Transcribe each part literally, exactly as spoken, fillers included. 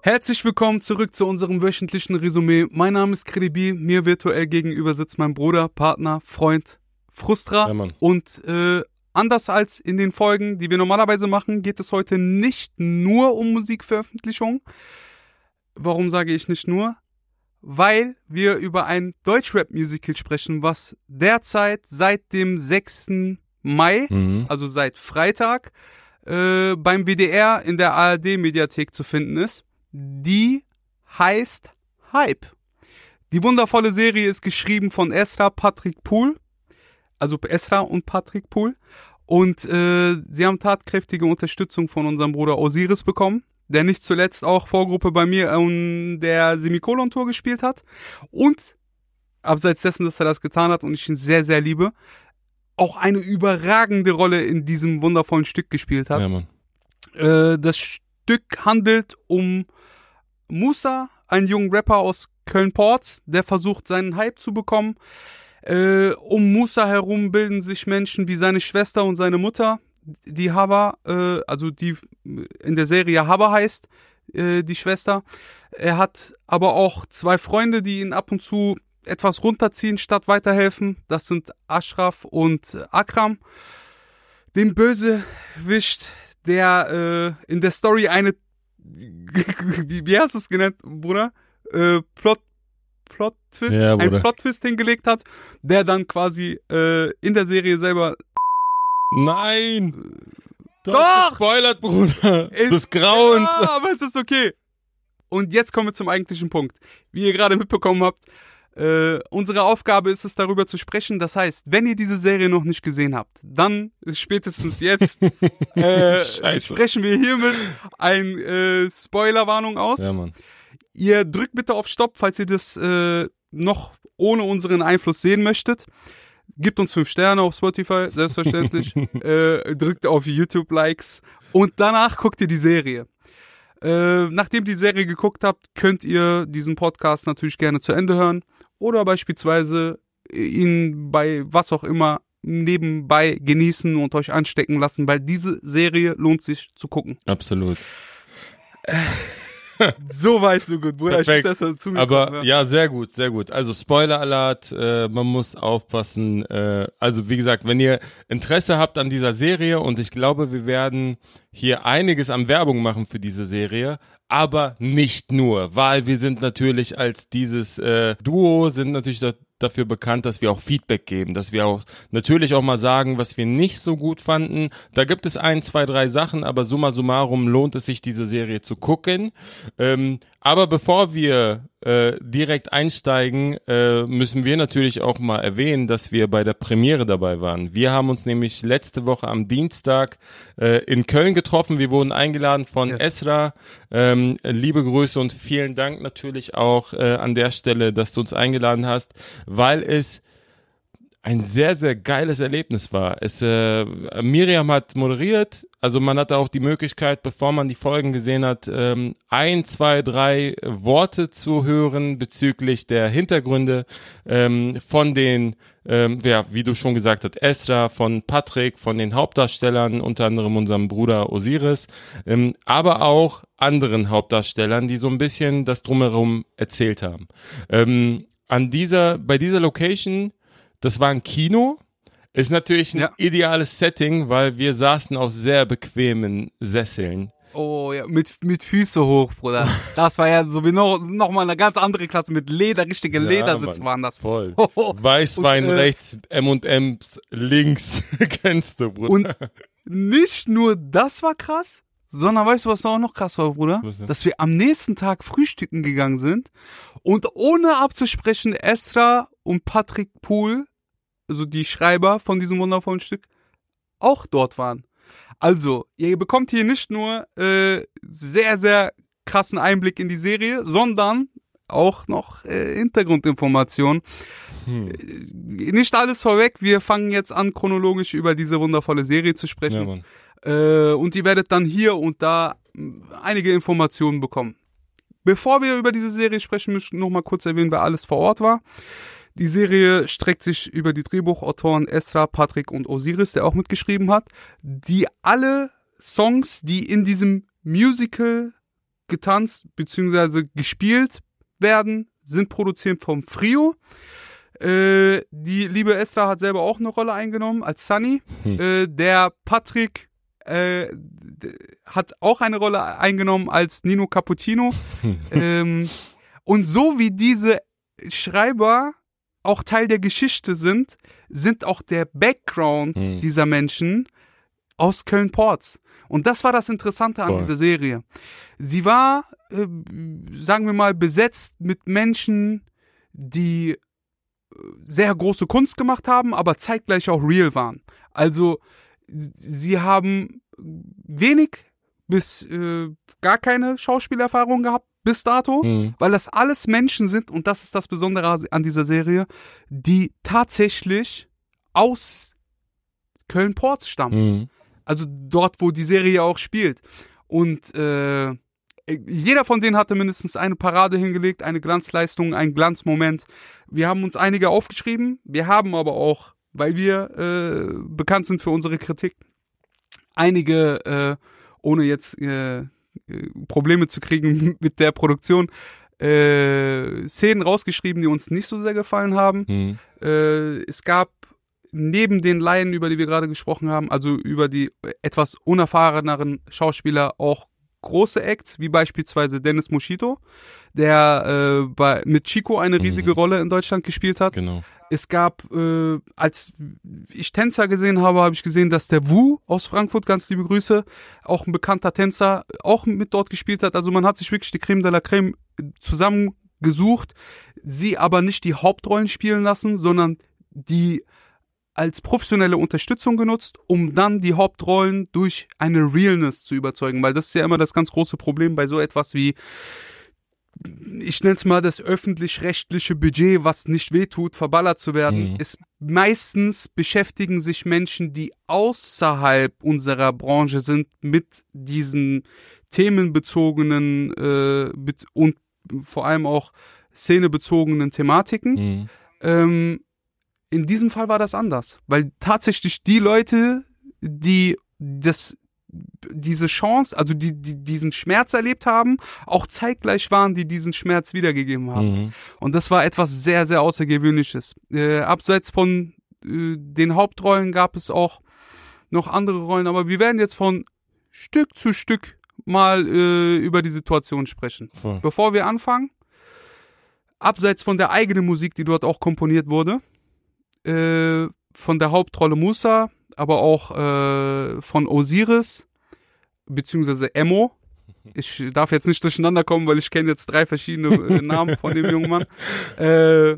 Herzlich willkommen zurück zu unserem wöchentlichen Resümee. Mein Name ist Kredibi, mir virtuell gegenüber sitzt mein Bruder, Partner, Freund, Frustra. Ja, und äh, anders als in den Folgen, die wir normalerweise machen, geht es heute nicht nur um Musikveröffentlichung. Warum sage ich nicht nur? Weil wir über ein Deutschrap-Musical sprechen, was derzeit seit dem sechsten Mai, Mhm. also seit Freitag, äh, beim W D R in der A R D-Mediathek zu finden ist. Die heißt Hype. Die wundervolle Serie ist geschrieben von Esra Patrick Pool, also Esra und Patrick Pool. Und äh, sie haben tatkräftige Unterstützung von unserem Bruder Osiris bekommen, der nicht zuletzt auch Vorgruppe bei mir in der Semikolon-Tour gespielt hat. Und abseits dessen, dass er das getan hat und ich ihn sehr, sehr liebe, auch eine überragende Rolle in diesem wundervollen Stück gespielt hat. Ja, Mann. Äh, das Stück handelt um Musa, einen jungen Rapper aus Köln-Porz, der versucht, seinen Hype zu bekommen. Äh, um Musa herum bilden sich Menschen wie seine Schwester und seine Mutter, die Hava, äh, also die in der Serie Hava heißt, äh, die Schwester. Er hat aber auch zwei Freunde, die ihn ab und zu etwas runterziehen, statt weiterhelfen. Das sind Ashraf und Akram. Den Bösewicht, der äh, in der Story eine wie, wie hast du es genannt, Bruder? Äh, Plot, Plot Twist, Ja, ein Bruder. Plot Twist hingelegt hat, der dann quasi äh, in der Serie selber Nein! Du Doch! hast gespoilert, Bruder! Ist- Des Grauens! Ja, aber es ist okay. Und jetzt kommen wir zum eigentlichen Punkt. Wie ihr gerade mitbekommen habt, äh, unsere Aufgabe ist es, darüber zu sprechen. Das heißt, wenn ihr diese Serie noch nicht gesehen habt, dann ist spätestens jetzt äh, Scheiße. sprechen wir hiermit ein äh, Spoilerwarnung aus. Ja, Mann. Ihr drückt bitte auf Stopp, falls ihr das äh, noch ohne unseren Einfluss sehen möchtet. Gebt uns fünf Sterne auf Spotify, selbstverständlich. äh, drückt auf YouTube-Likes und danach guckt ihr die Serie. Äh, nachdem ihr die Serie geguckt habt, könnt ihr diesen Podcast natürlich gerne zu Ende hören oder beispielsweise ihn bei was auch immer nebenbei genießen und euch anstecken lassen, weil diese Serie lohnt sich zu gucken. Absolut. So weit, so gut, Bruder. Perfekt. Ich muss erst dazu gekommen, Aber ja, sehr gut, sehr gut. Also Spoiler-Alert, äh, man muss aufpassen. Äh, also wie gesagt, wenn ihr Interesse habt an dieser Serie und ich glaube, wir werden hier einiges an Werbung machen für diese Serie, aber nicht nur, weil wir sind natürlich als dieses äh, Duo, sind natürlich da, dafür bekannt, dass wir auch Feedback geben, dass wir auch natürlich auch mal sagen, was wir nicht so gut fanden. Da gibt es ein, zwei, drei Sachen, aber summa summarum lohnt es sich, diese Serie zu gucken. Ähm, aber bevor wir äh, direkt einsteigen, äh, müssen wir natürlich auch mal erwähnen, dass wir bei der Premiere dabei waren. Wir haben uns nämlich letzte Woche am Dienstag äh, in Köln getroffen. Wir wurden eingeladen von Yes. Esra. Ähm, liebe Grüße und vielen Dank natürlich auch äh, an der Stelle, dass du uns eingeladen hast, weil es ein sehr, sehr geiles Erlebnis war. Es, äh, Miriam hat moderiert, also man hatte auch die Möglichkeit, bevor man die Folgen gesehen hat, ähm, ein, zwei, drei Worte zu hören bezüglich der Hintergründe ähm, von den, ähm, ja, wie du schon gesagt hast, Esra, von Patrick, von den Hauptdarstellern, unter anderem unserem Bruder Osiris, ähm, aber auch anderen Hauptdarstellern, die so ein bisschen das Drumherum erzählt haben. Ähm, an dieser, bei dieser Location, das war ein Kino, ist natürlich ein Ja. ideales Setting, weil wir saßen auf sehr bequemen Sesseln. Oh ja, mit, mit Füße hoch, Bruder. Das war ja so wie noch, noch mal eine ganz andere Klasse mit Leder, richtige Ja, Ledersitze Mann, waren das. Voll. Hoho. Weißwein Und, äh, rechts, M und M's links. Kennst du, Bruder? Und nicht nur das war krass, sondern weißt du, was auch noch krass war, Bruder? Was denn? Dass wir am nächsten Tag frühstücken gegangen sind und ohne abzusprechen Esra und Patrick Pool, also die Schreiber von diesem wundervollen Stück, auch dort waren. Also, ihr bekommt hier nicht nur äh, sehr, sehr krassen Einblick in die Serie, sondern auch noch äh, Hintergrundinformationen. Hm. Äh, Nicht alles vorweg, wir fangen jetzt an, chronologisch über diese wundervolle Serie zu Ja, sprechen. Mann. Äh, und ihr werdet dann hier und da mh, einige Informationen bekommen. Bevor wir über diese Serie sprechen, möchte ich noch mal kurz erwähnen, wer alles vor Ort war. Die Serie streckt sich über die Drehbuchautoren Esra, Patrick und Osiris, der auch mitgeschrieben hat, die alle Songs, die in diesem Musical getanzt bzw. gespielt werden, sind produziert vom Frio. Äh, die liebe Esther hat selber auch eine Rolle eingenommen als Sunny. Hm. Äh, der Patrick äh, hat auch eine Rolle eingenommen als Nino Cappuccino. ähm, und so wie diese Schreiber auch Teil der Geschichte sind, sind auch der Background hm. dieser Menschen aus Köln-Porz. Und das war das Interessante an Boah. dieser Serie. Sie war, äh, sagen wir mal, besetzt mit Menschen, die sehr große Kunst gemacht haben, aber zeitgleich auch real waren. Also sie haben wenig bis äh, gar keine Schauspielerfahrung gehabt bis dato, mhm. weil das alles Menschen sind, und das ist das Besondere an dieser Serie, die tatsächlich aus Köln-Porz stammen. Mhm. Also dort, wo die Serie auch spielt. Und äh, jeder von denen hatte mindestens eine Parade hingelegt, eine Glanzleistung, einen Glanzmoment. Wir haben uns einige aufgeschrieben. Wir haben aber auch, weil wir äh, bekannt sind für unsere Kritik, einige, äh, ohne jetzt äh, Probleme zu kriegen mit der Produktion, äh, Szenen rausgeschrieben, die uns nicht so sehr gefallen haben. Mhm. Äh, es gab neben den Laien, über die wir gerade gesprochen haben, also über die etwas unerfahreneren Schauspieler, auch große Acts, wie beispielsweise Dennis Moschito, der äh, bei, mit Chico eine riesige mhm. Rolle in Deutschland gespielt hat. Genau. Es gab, äh, als ich Tänzer gesehen habe, habe ich gesehen, dass der Wu aus Frankfurt, ganz liebe Grüße, auch ein bekannter Tänzer, auch mit dort gespielt hat. Also man hat sich wirklich die Creme de la Creme zusammengesucht, sie aber nicht die Hauptrollen spielen lassen, sondern die als professionelle Unterstützung genutzt, um dann die Hauptrollen durch eine Realness zu überzeugen, weil das ist ja immer das ganz große Problem bei so etwas wie, ich nenne es mal das öffentlich-rechtliche Budget, was nicht wehtut, verballert zu werden, mhm. ist meistens beschäftigen sich Menschen, die außerhalb unserer Branche sind, mit diesen themenbezogenen äh, und vor allem auch szenebezogenen Thematiken. Mhm. Ähm, In diesem Fall war das anders, weil tatsächlich die Leute, die das, diese Chance, also die, die diesen Schmerz erlebt haben, auch zeitgleich waren, die diesen Schmerz wiedergegeben haben. Mhm. Und das war etwas sehr, sehr Außergewöhnliches. Äh, abseits von äh, den Hauptrollen gab es auch noch andere Rollen, aber wir werden jetzt von Stück zu Stück mal äh, über die Situation sprechen. Voll. Bevor wir anfangen, abseits von der eigenen Musik, die dort auch komponiert wurde, von der Hauptrolle Musa, aber auch äh, von Osiris, beziehungsweise Emo. Ich darf jetzt nicht durcheinander kommen, weil ich kenne jetzt drei verschiedene äh, Namen von dem jungen Mann. Äh,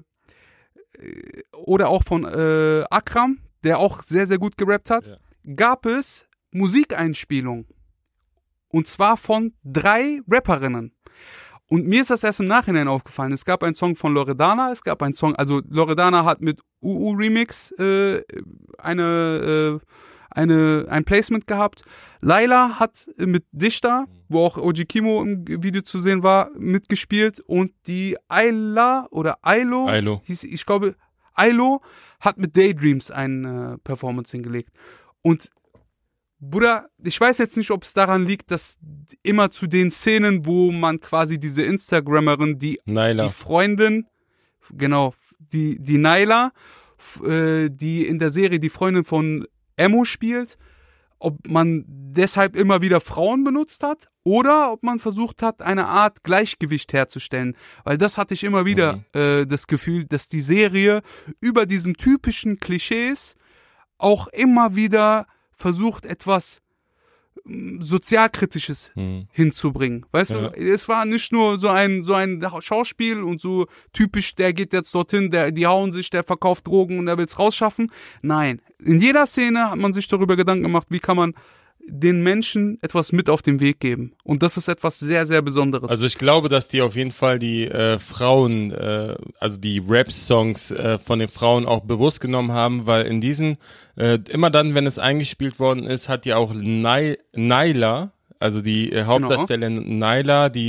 oder auch von äh, Akram, der auch sehr, sehr gut gerappt hat. Ja. Gab es Musikeinspielungen. Und zwar von drei Rapperinnen. Und mir ist das erst im Nachhinein aufgefallen. Es gab einen Song von Loredana, es gab einen Song, also Loredana hat mit U U Remix äh, eine, äh, eine, ein Placement gehabt. Laila hat mit Dichter, wo auch Oji Kimo im Video zu sehen war, mitgespielt. Und die Ayla oder Ailo, Ailo. Hieß, ich glaube, Ailo hat mit Daydreams eine äh, Performance hingelegt. Und Bruder, ich weiß jetzt nicht, ob es daran liegt, dass immer zu den Szenen, wo man quasi diese Instagrammerin, die, die Freundin, genau, die, die Naila, f- äh, die in der Serie die Freundin von Emo spielt, ob man deshalb immer wieder Frauen benutzt hat oder ob man versucht hat, eine Art Gleichgewicht herzustellen. Weil das hatte ich immer wieder mhm. äh, das Gefühl, dass die Serie über diesen typischen Klischees auch immer wieder versucht, etwas Sozialkritisches hm. hinzubringen. Weißt ja. du, es war nicht nur so ein, so ein Schauspiel und so typisch, der geht jetzt dorthin, der, die hauen sich, der verkauft Drogen und der will's rausschaffen. Nein, in jeder Szene hat man sich darüber Gedanken gemacht, wie kann man den Menschen etwas mit auf den Weg geben. Und das ist etwas sehr, sehr Besonderes. Also ich glaube, dass die auf jeden Fall die äh, Frauen, äh, also die Rap-Songs äh, von den Frauen auch bewusst genommen haben, weil in diesen, äh, immer dann, wenn es eingespielt worden ist, hat ja auch Nay- Naila, also die äh, Hauptdarstellerin genau. Naila, die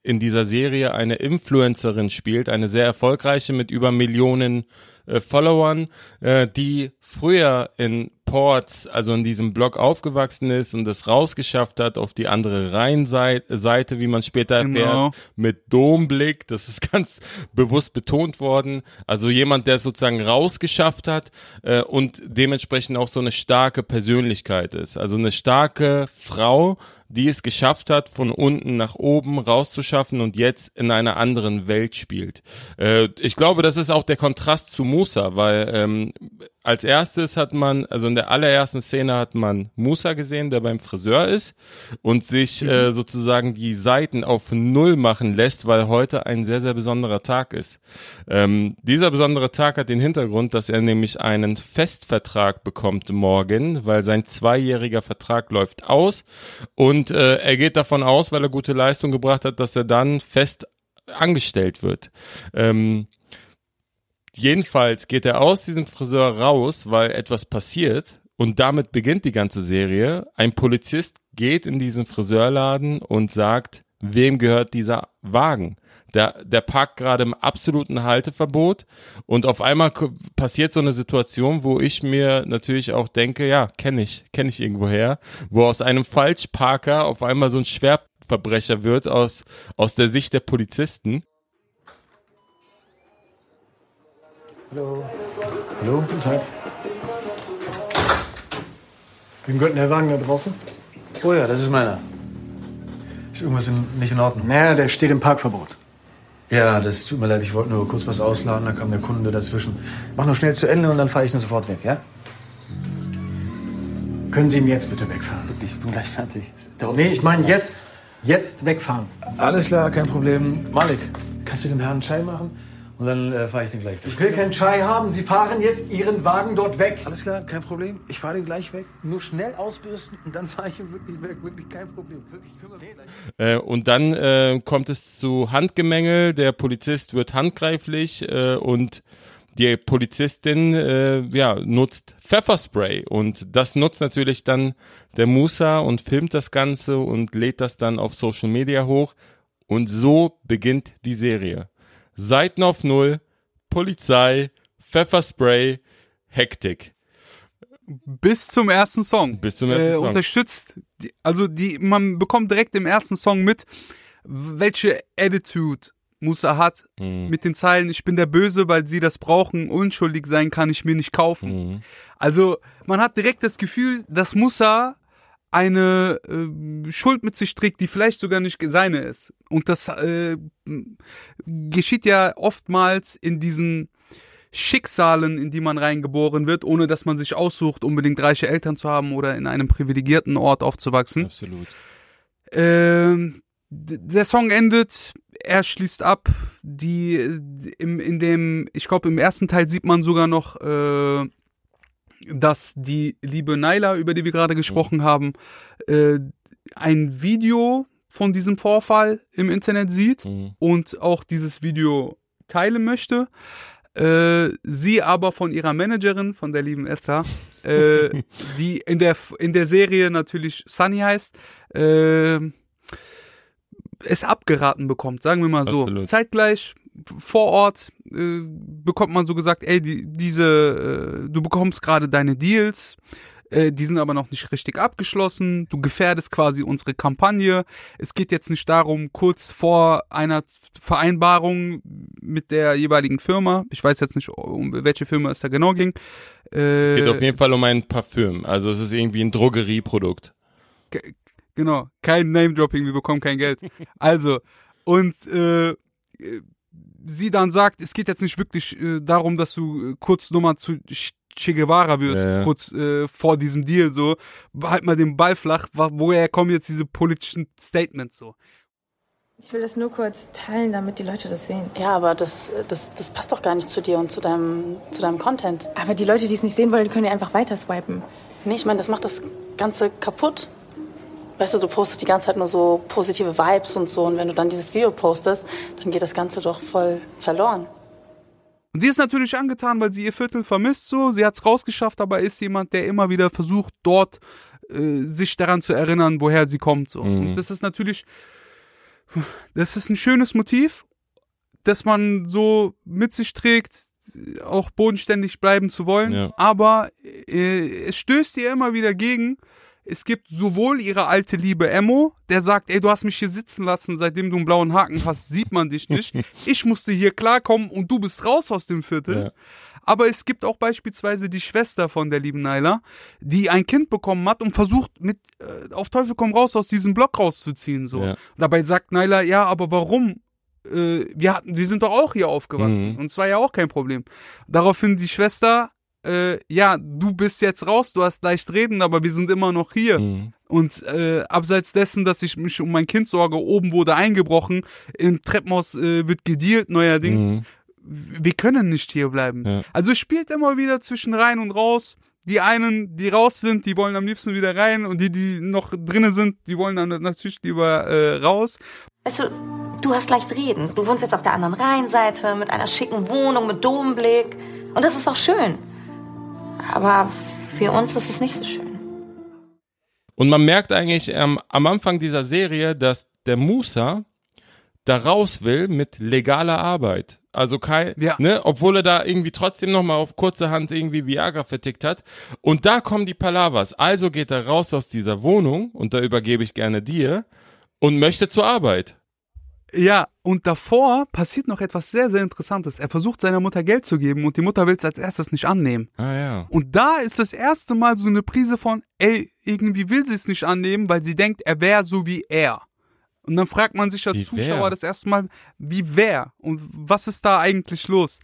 in dieser Serie eine Influencerin spielt, eine sehr erfolgreiche mit über Millionen äh, Followern, äh, die früher in Ports, also in diesem Blog aufgewachsen ist und es rausgeschafft hat auf die andere Rheinseite, wie man später erfährt, Genau. mit Domblick, das ist ganz bewusst betont worden, also jemand, der es sozusagen rausgeschafft hat äh, und dementsprechend auch so eine starke Persönlichkeit ist, also eine starke Frau, die es geschafft hat, von unten nach oben rauszuschaffen und jetzt in einer anderen Welt spielt. Äh, ich glaube, das ist auch der Kontrast zu Musa, weil ähm, als erstes hat man, also in der allerersten Szene hat man Musa gesehen, der beim Friseur ist und sich mhm. äh, sozusagen die Seiten auf Null machen lässt, weil heute ein sehr, sehr besonderer Tag ist. Ähm, dieser besondere Tag hat den Hintergrund, dass er nämlich einen Festvertrag bekommt morgen, weil sein zweijähriger Vertrag läuft aus und äh, er geht davon aus, weil er gute Leistung gebracht hat, dass er dann fest angestellt wird. Ähm, Jedenfalls geht er aus diesem Friseur raus, weil etwas passiert und damit beginnt die ganze Serie. Ein Polizist geht in diesen Friseurladen und sagt, wem gehört dieser Wagen? Der, der parkt gerade im absoluten Halteverbot und auf einmal passiert so eine Situation, wo ich mir natürlich auch denke, ja, kenne ich, kenne ich irgendwoher, wo aus einem Falschparker auf einmal so ein Schwerverbrecher wird aus, aus der Sicht der Polizisten. Hallo. Hallo, guten Tag. Wem gehört denn der Wagen da draußen? Oh ja, das ist meiner. Ist irgendwas in, nicht in Ordnung? Naja, der steht im Parkverbot. Ja, das tut mir leid, ich wollte nur kurz was ausladen, da kam der Kunde dazwischen. Mach noch schnell zu Ende und dann fahre ich dann sofort weg, ja? Können Sie ihn jetzt bitte wegfahren? Wirklich, ich bin gleich fertig. Nee, ich meine jetzt, jetzt wegfahren. Alles klar, kein Problem. Malik, kannst du dem Herrn einen Chai machen? Und dann äh, fahre ich den gleich weg. Ich will keinen Chai haben. Sie fahren jetzt Ihren Wagen dort weg. Alles klar, kein Problem. Ich fahre den gleich weg. Nur schnell ausbürsten und dann fahre ich ihn wirklich weg. Wirklich kein Problem. Wirklich, kümmere mich gleich. Äh, und dann äh, kommt es zu Handgemenge. Der Polizist wird handgreiflich äh, und die Polizistin äh, ja, nutzt Pfefferspray. Und das nutzt natürlich dann der Musa und filmt das Ganze und lädt das dann auf Social Media hoch. Und so beginnt die Serie. Seiten auf Null, Polizei, Pfefferspray, Hektik. Bis zum ersten Song. Bis zum ersten äh, Song. Unterstützt, die, also die, man bekommt direkt im ersten Song mit, welche Attitude Musa hat, mhm. mit den Zeilen, ich bin der Böse, weil sie das brauchen, unschuldig sein kann ich mir nicht kaufen. Mhm. Also man hat direkt das Gefühl, dass Musa eine äh, Schuld mit sich trägt, die vielleicht sogar nicht seine ist. Und das äh, geschieht ja oftmals in diesen Schicksalen, in die man reingeboren wird, ohne dass man sich aussucht, unbedingt reiche Eltern zu haben oder in einem privilegierten Ort aufzuwachsen. Absolut. Äh, der Song endet, er schließt ab, die im, in dem, ich glaube im ersten Teil sieht man sogar noch äh, dass die liebe Naila, über die wir gerade gesprochen mhm. haben, äh, ein Video von diesem Vorfall im Internet sieht mhm. und auch dieses Video teilen möchte. Äh, sie aber von ihrer Managerin, von der lieben Esther, äh, die in der, in der Serie natürlich Sunny heißt, äh, es abgeraten bekommt, sagen wir mal so. Absolut. Zeitgleich vor Ort äh, bekommt man so gesagt, ey, die, diese, äh, du bekommst gerade deine Deals, äh, die sind aber noch nicht richtig abgeschlossen, du gefährdest quasi unsere Kampagne. Es geht jetzt nicht darum, kurz vor einer Vereinbarung mit der jeweiligen Firma, ich weiß jetzt nicht, um welche Firma es da genau ging. Äh, es geht auf jeden Fall um ein Parfüm, also es ist irgendwie ein Drogerieprodukt. G- genau, kein Name-Dropping, wir bekommen kein Geld. Also, und äh, sie dann sagt, es geht jetzt nicht wirklich äh, darum, dass du äh, kurz nochmal zu Che Guevara wirst, ja, ja. kurz äh, vor diesem Deal so, halt mal den Ball flach, woher kommen jetzt diese politischen Statements so? Ich will das nur kurz teilen, damit die Leute das sehen. Ja, aber das, das, das passt doch gar nicht zu dir und zu deinem, zu deinem Content. Aber die Leute, die es nicht sehen wollen, die können ja einfach weiter swipen. Nee, ich meine, das macht das Ganze kaputt. Weißt du, du postest die ganze Zeit nur so positive Vibes und so. Und wenn du dann dieses Video postest, dann geht das Ganze doch voll verloren. Und sie ist natürlich angetan, weil sie ihr Viertel vermisst so. Sie hat es rausgeschafft, aber ist jemand, der immer wieder versucht, dort äh, sich daran zu erinnern, woher sie kommt. So. Mhm. Und das ist natürlich das ist ein schönes Motiv, dass man so mit sich trägt, auch bodenständig bleiben zu wollen, Ja. aber äh, es stößt ihr immer wieder gegen. Es gibt sowohl ihre alte Liebe Emmo, der sagt, ey, du hast mich hier sitzen lassen, seitdem du einen blauen Haken hast, sieht man dich nicht. Ich musste hier klarkommen und du bist raus aus dem Viertel. Ja. Aber es gibt auch beispielsweise die Schwester von der lieben Naila, die ein Kind bekommen hat und versucht, mit äh, auf Teufel komm raus aus diesem Block rauszuziehen. So. Ja. Dabei sagt Naila, ja, aber warum? Äh, wir, hatten, wir sind doch auch hier aufgewachsen. Mhm. Und zwar ja auch kein Problem. Daraufhin die Schwester, äh, ja, du bist jetzt raus, du hast leicht reden, aber wir sind immer noch hier. Mhm. Und äh, abseits dessen, dass ich mich um mein Kind sorge, oben wurde eingebrochen, im Treppenhaus äh, wird gedealt neuerdings. Mhm. Wir können nicht hier bleiben. Ja. Also es spielt immer wieder zwischen rein und raus. Die einen, die raus sind, die wollen am liebsten wieder rein und die, die noch drinnen sind, die wollen dann natürlich lieber äh, raus. Weißt du, du hast leicht reden. Du wohnst jetzt auf der anderen Rheinseite mit einer schicken Wohnung mit Domblick. Und das ist auch schön. Aber für uns ist es nicht so schön. Und man merkt eigentlich ähm, am Anfang dieser Serie, dass der Musa da raus will mit legaler Arbeit. Also kein, Ja. ne, obwohl er da irgendwie trotzdem nochmal auf kurze Hand irgendwie Viagra vertickt hat. Und da kommen die Palavas. Also geht er raus aus dieser Wohnung, und da übergebe ich gerne dir, und möchte zur Arbeit. Ja, und davor passiert noch etwas sehr, sehr Interessantes. Er versucht seiner Mutter Geld zu geben und die Mutter will es als erstes nicht annehmen. Ah ja. Und da ist das erste Mal so eine Prise von, ey, irgendwie will sie es nicht annehmen, weil sie denkt, er wäre so wie er. Und dann fragt man sich als Wie Zuschauer wer? das erste Mal, wie wer? Und was ist da eigentlich los?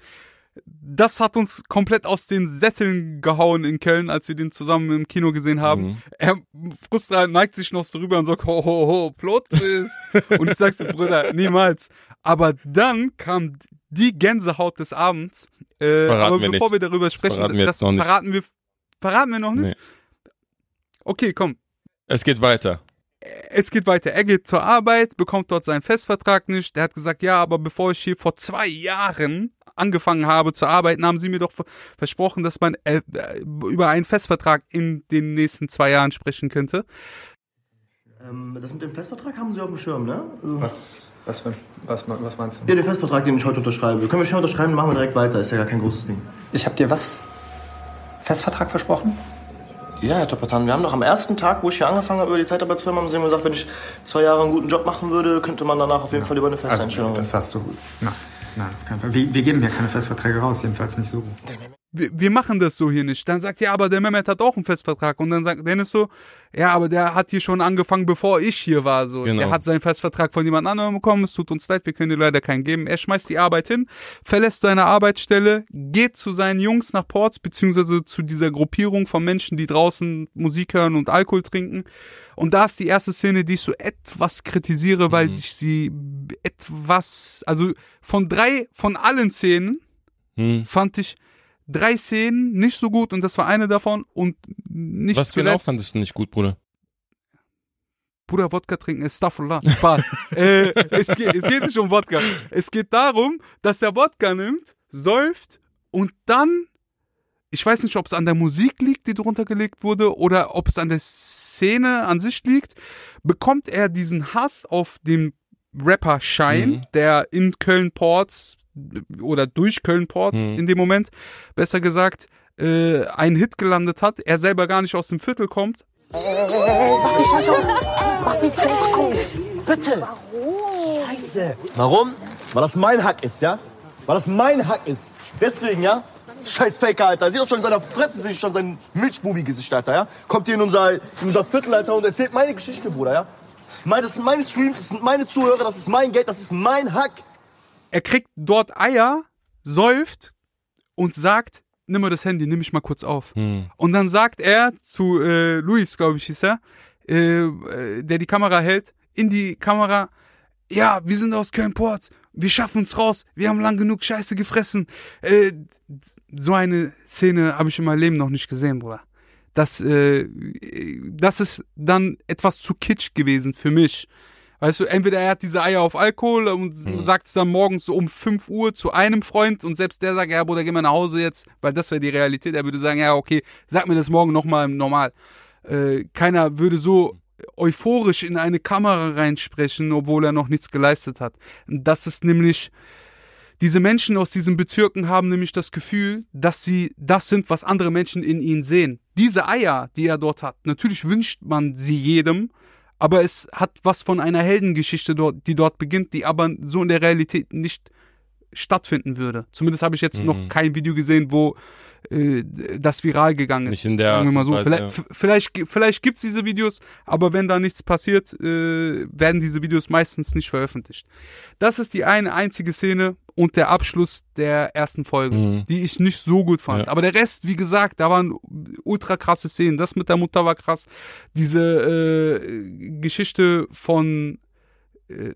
Das hat uns komplett aus den Sesseln gehauen in Köln, als wir den zusammen im Kino gesehen haben. Mhm. Er, Frustra neigt sich noch so rüber und sagt, ho, ho, ho, Plot-Twist. Und ich sag so, Bruder, niemals. Aber dann kam die Gänsehaut des Abends. Äh, Verraten aber wir bevor nicht. wir darüber sprechen, verraten wir jetzt das noch nicht. verraten wir, verraten wir noch nicht? Nee. Okay, komm. Es geht weiter. Es geht weiter. Er geht zur Arbeit, bekommt dort seinen Festvertrag nicht. Der hat gesagt, ja, aber bevor ich hier vor zwei Jahren angefangen habe zu arbeiten, haben sie mir doch versprochen, dass man äh, über einen Festvertrag in den nächsten zwei Jahren sprechen könnte. Ähm, das mit dem Festvertrag haben Sie auf dem Schirm, ne? Also, Was, was, was, was meinst du? ja, den Festvertrag, den ich heute unterschreibe. Können wir schnell unterschreiben, machen wir direkt weiter. Ist ja gar kein großes Ding. Ich hab dir was? Festvertrag versprochen? Ja, Herr Topatan, wir haben doch am ersten Tag, wo ich hier angefangen habe, über die Zeitarbeitsfirma, haben Sie mir gesagt, wenn ich zwei Jahre einen guten Job machen würde, könnte man danach auf jeden Fall über eine Festeinstellung. Also, das hast du gut. Nein, nein, auf keinen Fall. Wir, wir geben hier keine Festverträge raus, jedenfalls nicht so gut. Wir, wir machen das so hier nicht. Dann sagt, ja, aber der Mehmet hat auch einen Festvertrag. Und dann sagt Dennis so, ja, aber der hat hier schon angefangen, bevor ich hier war. So. Genau. Der hat seinen Festvertrag von jemand anderem bekommen. Es tut uns leid, wir können dir leider keinen geben. Er schmeißt die Arbeit hin, verlässt seine Arbeitsstelle, geht zu seinen Jungs nach Ports, beziehungsweise zu dieser Gruppierung von Menschen, die draußen Musik hören und Alkohol trinken. Und da ist die erste Szene, die ich so etwas kritisiere, weil Mhm. sich sie etwas, also von drei, von allen Szenen Hm. fand ich drei Szenen nicht so gut und das war eine davon und nicht Was genau zuletzt. fandest du nicht gut, Bruder? Bruder, Wodka trinken ist Staffula. Spaß. äh, es, geht, es geht nicht um Wodka. Es geht darum, dass er Wodka nimmt, säuft und dann, ich weiß nicht, ob es an der Musik liegt, die drunter gelegt wurde oder ob es an der Szene an sich liegt, bekommt er diesen Hass auf den Rapper Shine, Mhm. der in Köln-Ports oder durch Köln-Ports Mhm. in dem Moment, besser gesagt, äh, einen Hit gelandet hat, er selber gar nicht aus dem Viertel kommt. Mach die Scheiße auf! Mach die Scheiße auf! Bitte! Warum? Scheiße! Warum? Weil das mein Hack ist, ja? Weil das mein Hack ist. Deswegen, ja? Scheiß Faker, Alter. Sieht doch schon in seiner Fresse, sieht schon sein Milchbubi-Gesicht, Alter, ja? Kommt hier in unser, in unser Viertel, Alter, und erzählt meine Geschichte, Bruder, ja? Mein, das sind meine Streams, das sind meine Zuhörer, das ist mein Geld, das ist mein Hack. Er kriegt dort Eier, säuft und sagt, nimm mal das Handy, nimm mich mal kurz auf. Hm. Und dann sagt er zu äh, Luis, glaube ich, hieß er, äh, äh, der die Kamera hält, in die Kamera, ja, wir sind aus Köln-Ports, wir schaffen uns raus, wir haben lang genug Scheiße gefressen. Äh, so eine Szene habe ich in meinem Leben noch nicht gesehen, Bruder. Das, äh, das ist dann etwas zu kitsch gewesen für mich. Weißt du, entweder er hat diese Eier auf Alkohol und Mhm. sagt es dann morgens so um fünf Uhr zu einem Freund und selbst der sagt, ja Bruder, geh mal nach Hause jetzt, weil das wäre die Realität. Er würde sagen, ja okay, sag mir das morgen nochmal normal. Äh, keiner würde so euphorisch in eine Kamera reinsprechen, obwohl er noch nichts geleistet hat. Das ist nämlich, diese Menschen aus diesen Bezirken haben nämlich das Gefühl, dass sie das sind, was andere Menschen in ihnen sehen. Diese Eier, die er dort hat, natürlich wünscht man sie jedem, aber es hat was von einer Heldengeschichte, dort, die dort beginnt, die aber so in der Realität nicht stattfinden würde. Zumindest habe ich jetzt mhm. noch kein Video gesehen, wo äh, das viral gegangen ist. Nicht in der Sagen wir mal so. Weise, vielleicht ja. vielleicht, vielleicht gibt es diese Videos, aber wenn da nichts passiert, äh, werden diese Videos meistens nicht veröffentlicht. Das ist die eine einzige Szene und der Abschluss der ersten Folge, mhm. die ich nicht so gut fand. Ja. Aber der Rest, wie gesagt, da waren ultra krasse Szenen. Das mit der Mutter war krass. Diese äh, Geschichte von äh,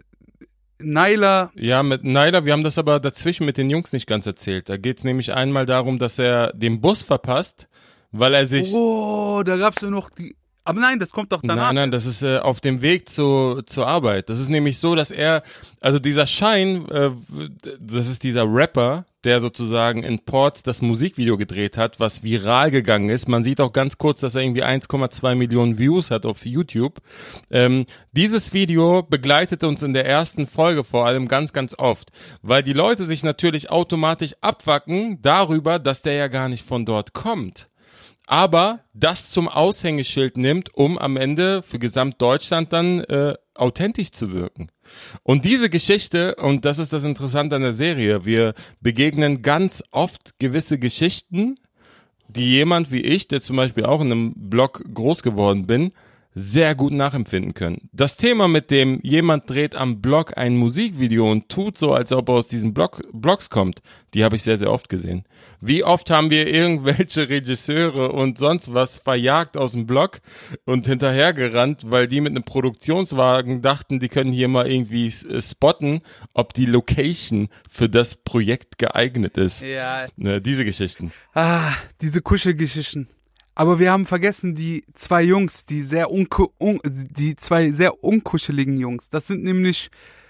Nyla. Ja, mit Nyla, wir haben das aber dazwischen mit den Jungs nicht ganz erzählt. Da geht es nämlich einmal darum, dass er den Bus verpasst, weil er sich... Oh, da gab's ja noch die... Aber nein, das kommt doch danach. Nein, nein, das ist äh, auf dem Weg zu, zur Arbeit. Das ist nämlich so, dass er, also dieser Schein, äh, das ist dieser Rapper, der sozusagen in Ports das Musikvideo gedreht hat, was viral gegangen ist. Man sieht auch ganz kurz, dass er irgendwie eins Komma zwei Millionen Views hat auf YouTube. Ähm, dieses Video begleitet uns in der ersten Folge vor allem ganz, ganz oft, weil die Leute sich natürlich automatisch abwacken darüber, dass der ja gar nicht von dort kommt. Aber das zum Aushängeschild nimmt, um am Ende für Gesamtdeutschland dann äh, authentisch zu wirken. Und diese Geschichte, und das ist das Interessante an der Serie, wir begegnen ganz oft gewisse Geschichten, die jemand wie ich, der zum Beispiel auch in einem Blog groß geworden bin, sehr gut nachempfinden können. Das Thema mit dem, jemand dreht am Blog ein Musikvideo und tut so, als ob er aus diesen Blog, Blogs kommt, die habe ich sehr, sehr oft gesehen. Wie oft haben wir irgendwelche Regisseure und sonst was verjagt aus dem Blog und hinterhergerannt, weil die mit einem Produktionswagen dachten, die können hier mal irgendwie spotten, ob die Location für das Projekt geeignet ist. Ja. Ne, diese Geschichten. Ah, diese Kuschelgeschichten. Aber wir haben vergessen, die zwei Jungs, die sehr unku- un- die zwei sehr unkuscheligen Jungs. Das sind nämlich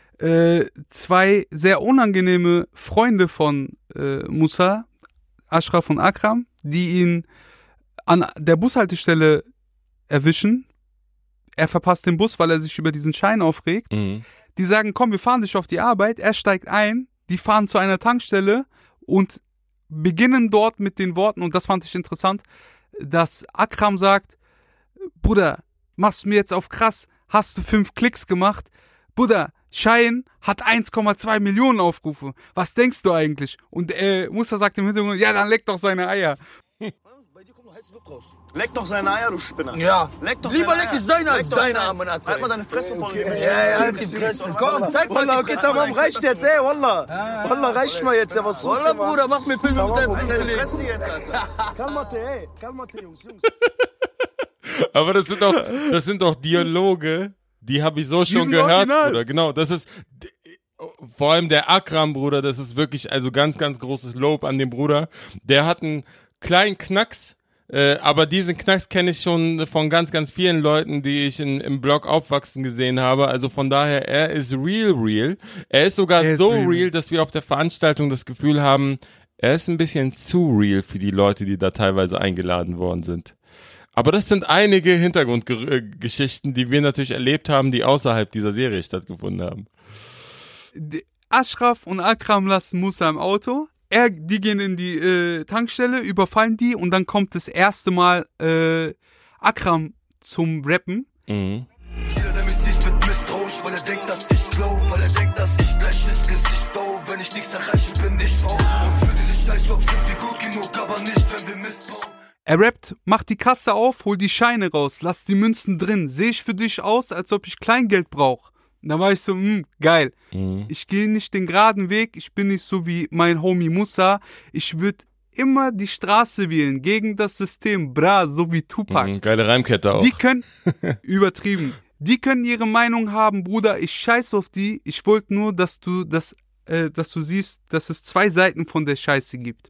äh, zwei sehr unangenehme Freunde von äh, Musa, Ashraf und Akram, die ihn an der Bushaltestelle erwischen. Er verpasst den Bus, weil er sich über diesen Schein aufregt. Mhm. Die sagen, komm, wir fahren dich auf die Arbeit. Er steigt ein, die fahren zu einer Tankstelle und beginnen dort mit den Worten, und das fand ich interessant, dass Akram sagt, Bruder, machst du mir jetzt auf krass, hast du fünf Klicks gemacht? Bruder, Schein hat eins Komma zwei Millionen Aufrufe. Was denkst du eigentlich? Und äh, Musa sagt im Hintergrund, ja, dann leck doch seine Eier. Bei dir kommt noch heiße Luft raus. Leck doch seine Eier, du Spinner. Ja. Leck doch Lieber seine leck Eier. ich deine als Leck doch deine seine- Arme, Natter. Halt mal deine Fresse voll. Okay. Ja, ja, halt die Fresse. Komm, zeig's mal. Wallah, okay, tamam, reicht jetzt, ey, Wallah. Wallah, reicht mal jetzt, ja, was tust Wallah, du, Mann? Bruder, mach mir Filme mit deinem Halt Bruder. deine Fresse jetzt, Alter. Kalmate, ey, Kalmate, Jungs, Jungs. Aber das sind doch, das sind doch Dialoge, die habe ich so schon sind gehört, original. Bruder. Genau, das ist vor allem der Akram, Bruder, das ist wirklich also ganz, ganz großes Lob an den Bruder. Der hat einen kleinen Knacks, äh, aber diesen Knacks kenne ich schon von ganz, ganz vielen Leuten, die ich in, im Blog aufwachsen gesehen habe. Also von daher, er ist real, real. Er ist sogar Er ist so real. real, dass wir auf der Veranstaltung das Gefühl haben, er ist ein bisschen zu real für die Leute, die da teilweise eingeladen worden sind. Aber das sind einige Hintergrundgeschichten, die wir natürlich erlebt haben, die außerhalb dieser Serie stattgefunden haben. Die- Ashraf und Akram lassen Musa im Auto. Er, die gehen in die äh, Tankstelle, überfallen die und dann kommt das erste Mal äh, Akram zum Rappen. Mhm. Jeder, der mich sieht, wird misstrauisch, weil er denkt, dass ich glow, weil er denkt, dass ich gleich ins Gesicht bau. Wenn ich nichts erreiche, bin ich Frau. Und für diese Scheißjobs sind wir gut genug, aber nicht, wenn wir Mist bauen. Er rappt, macht die Kasse auf, hol die Scheine raus, lass die Münzen drin. Sehe ich für dich aus, als ob ich Kleingeld brauche? Da war ich so, hm, geil. Mhm. Ich gehe nicht den geraden Weg, ich bin nicht so wie mein Homie Musa. Ich würde immer die Straße wählen, gegen das System, bra, so wie Tupac. Mhm, geile Reimkette auch. Die können, übertrieben, die können ihre Meinung haben, Bruder, ich scheiß auf die. Ich wollte nur, dass du das, äh, dass du siehst, dass es zwei Seiten von der Scheiße gibt.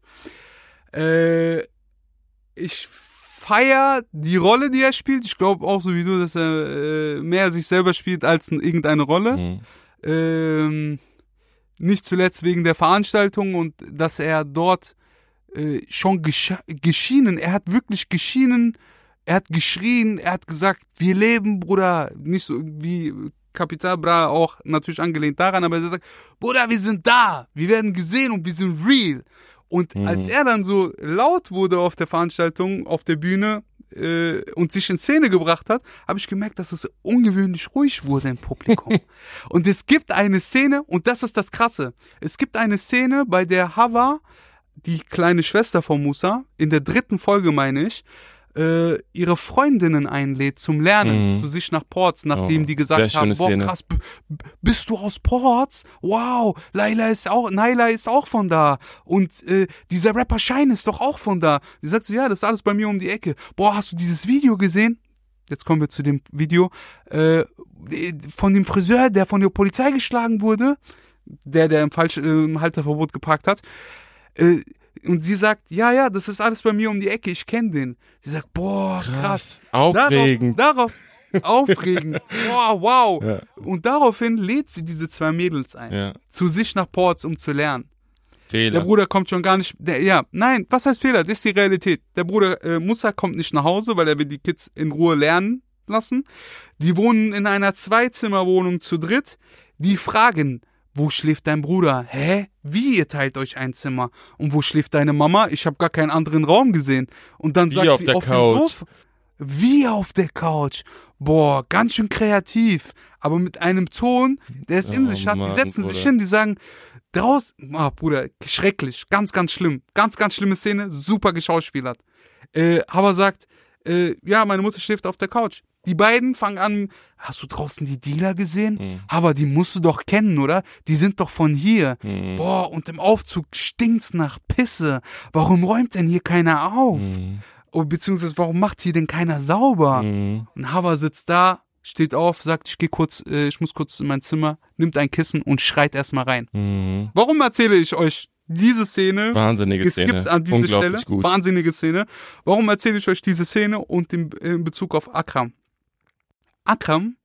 Äh, ich feier die Rolle, die er spielt. Ich glaube auch so wie du, dass er äh, mehr sich selber spielt als in irgendeine Rolle. Mhm. Ähm, nicht zuletzt wegen der Veranstaltung und dass er dort äh, schon gesche- geschienen, er hat wirklich geschienen er hat geschrien, er hat gesagt, wir leben, Bruder, nicht so wie Capital Bra auch natürlich angelehnt daran, aber er sagt, Bruder, wir sind da, wir werden gesehen und wir sind real. Und mhm. als er dann so laut wurde auf der Veranstaltung, auf der Bühne äh, und sich in Szene gebracht hat, habe ich gemerkt, dass es ungewöhnlich ruhig wurde im Publikum. Und es gibt eine Szene, und das ist das Krasse, es gibt eine Szene, bei der Hawa, die kleine Schwester von Musa, in der dritten Folge meine ich, äh, ihre Freundinnen einlädt zum Lernen, mhm. zu sich nach Ports, nachdem oh, die gesagt haben, boah, krass, b- bist du aus Ports? Wow, Laila ist auch, Naila ist auch von da und äh, dieser Rapper Shine ist doch auch von da. Die sagt so, ja, das ist alles bei mir um die Ecke. Boah, hast du dieses Video gesehen? Jetzt kommen wir zu dem Video, äh, von dem Friseur, der von der Polizei geschlagen wurde, der, der im falschen äh, Halterverbot geparkt hat. Äh, Und sie sagt, ja, ja, das ist alles bei mir um die Ecke, ich kenne den. Sie sagt, boah, krass. krass. Aufregend. Darauf, darauf aufregend. Boah, wow. Ja. Und daraufhin lädt sie diese zwei Mädels ein. Ja. Zu sich nach Ports, um zu lernen. Fehler. Der Bruder kommt schon gar nicht, der, ja, nein, was heißt Fehler? Das ist die Realität. Der Bruder äh, Musa kommt nicht nach Hause, weil er will die Kids in Ruhe lernen lassen. Die wohnen in einer Zweizimmerwohnung zu dritt. Die fragen, wo schläft dein Bruder? Hä? Wie, ihr teilt euch ein Zimmer? Und wo schläft deine Mama? Ich habe gar keinen anderen Raum gesehen. Und dann Wie sagt auf sie, der auf Couch. dem Sofa. Wie auf der Couch? Boah, ganz schön kreativ. Aber mit einem Ton, der es in Oh, sich hat. Mann, Die setzen Bruder. sich hin, die sagen, draußen, ah, Bruder, schrecklich, ganz, ganz schlimm. Ganz, ganz schlimme Szene, super geschauspielert. Äh, aber sagt, äh, ja, meine Mutter schläft auf der Couch. Die beiden fangen an, hast du draußen die Dealer gesehen? Mhm. Aber die musst du doch kennen, oder? Die sind doch von hier. Mhm. Boah, und im Aufzug stinkt's nach Pisse. Warum räumt denn hier keiner auf? Mhm. Oh, beziehungsweise, warum macht hier denn keiner sauber? Mhm. Und Hava sitzt da, steht auf, sagt, ich geh kurz, äh, ich muss kurz in mein Zimmer, nimmt ein Kissen und schreit erstmal rein. Mhm. Warum erzähle ich euch diese Szene? Wahnsinnige es Szene. gibt an dieser Unglaublich Stelle, gut. wahnsinnige Szene. Warum erzähle ich euch diese Szene und in, in Bezug auf Akram? Akram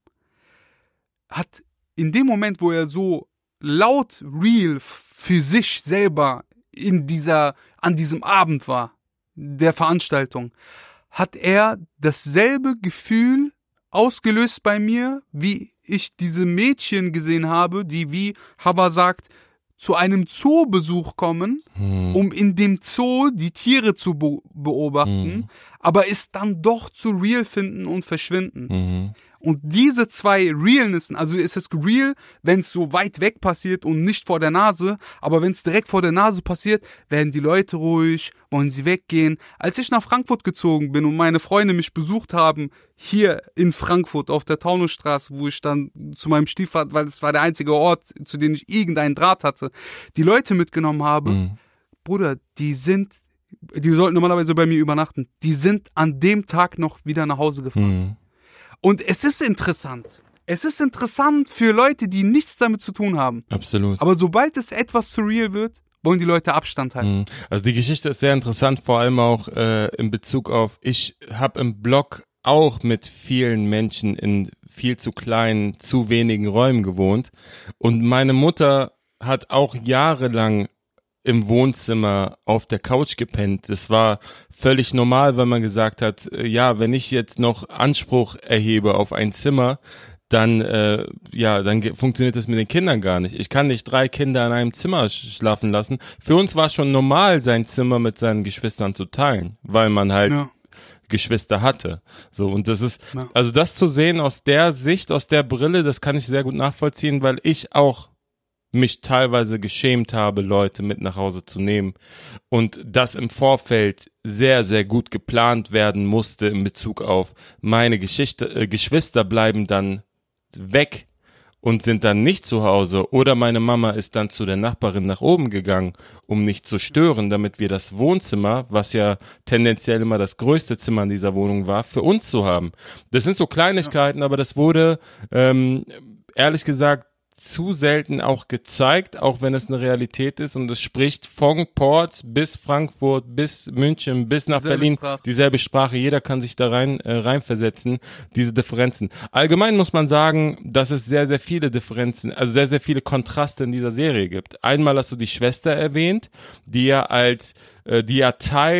hat in dem Moment, wo er so laut real für sich selber in dieser, an diesem Abend war, der Veranstaltung, hat er dasselbe Gefühl ausgelöst bei mir, wie ich diese Mädchen gesehen habe, die, wie Hava sagt, zu einem Zoobesuch kommen, hm. um in dem Zoo die Tiere zu be- beobachten, hm. aber es dann doch zu real finden und verschwinden. Mhm. Und diese zwei Realnessen, also ist es real, wenn es so weit weg passiert und nicht vor der Nase, aber wenn es direkt vor der Nase passiert, werden die Leute ruhig, wollen sie weggehen. Als ich nach Frankfurt gezogen bin und meine Freunde mich besucht haben, hier in Frankfurt auf der Taunusstraße, wo ich dann zu meinem Stiefvater, weil es war der einzige Ort, zu dem ich irgendeinen Draht hatte, die Leute mitgenommen habe, Mhm. Bruder, die sind, die sollten normalerweise bei mir übernachten, die sind an dem Tag noch wieder nach Hause gefahren. Mhm. Und es ist interessant. Es ist interessant für Leute, die nichts damit zu tun haben. Absolut. Aber sobald es etwas surreal wird, wollen die Leute Abstand halten. Mhm. Also die Geschichte ist sehr interessant, vor allem auch äh, in Bezug auf, ich habe im Blog auch mit vielen Menschen in viel zu kleinen, zu wenigen Räumen gewohnt. Und meine Mutter hat auch jahrelang im Wohnzimmer auf der Couch gepennt. Das war völlig normal, weil man gesagt hat, äh, ja, wenn ich jetzt noch Anspruch erhebe auf ein Zimmer, dann äh, ja, dann ge- funktioniert das mit den Kindern gar nicht. Ich kann nicht drei Kinder in einem Zimmer sch- schlafen lassen. Für uns war es schon normal, sein Zimmer mit seinen Geschwistern zu teilen, weil man halt Ja. Geschwister hatte. So, und das ist, Ja. also das zu sehen aus der Sicht, aus der Brille, das kann ich sehr gut nachvollziehen, weil ich auch mich teilweise geschämt habe, Leute mit nach Hause zu nehmen und das im Vorfeld sehr, sehr gut geplant werden musste in Bezug auf meine Geschichte, äh, Geschwister bleiben dann weg und sind dann nicht zu Hause oder meine Mama ist dann zu der Nachbarin nach oben gegangen, um nicht zu stören, damit wir das Wohnzimmer, was ja tendenziell immer das größte Zimmer in dieser Wohnung war, für uns zu haben. Das sind so Kleinigkeiten, aber das wurde ähm, ehrlich gesagt zu selten auch gezeigt, auch wenn es eine Realität ist und es spricht von Ports bis Frankfurt, bis München, bis nach Dieselbe Berlin, Sprache. dieselbe Sprache, jeder kann sich da rein äh, reinversetzen, diese Differenzen. Allgemein muss man sagen, dass es sehr, sehr viele Differenzen, also sehr, sehr viele Kontraste in dieser Serie gibt. Einmal hast du die Schwester erwähnt, die ja als, äh, die ja Teil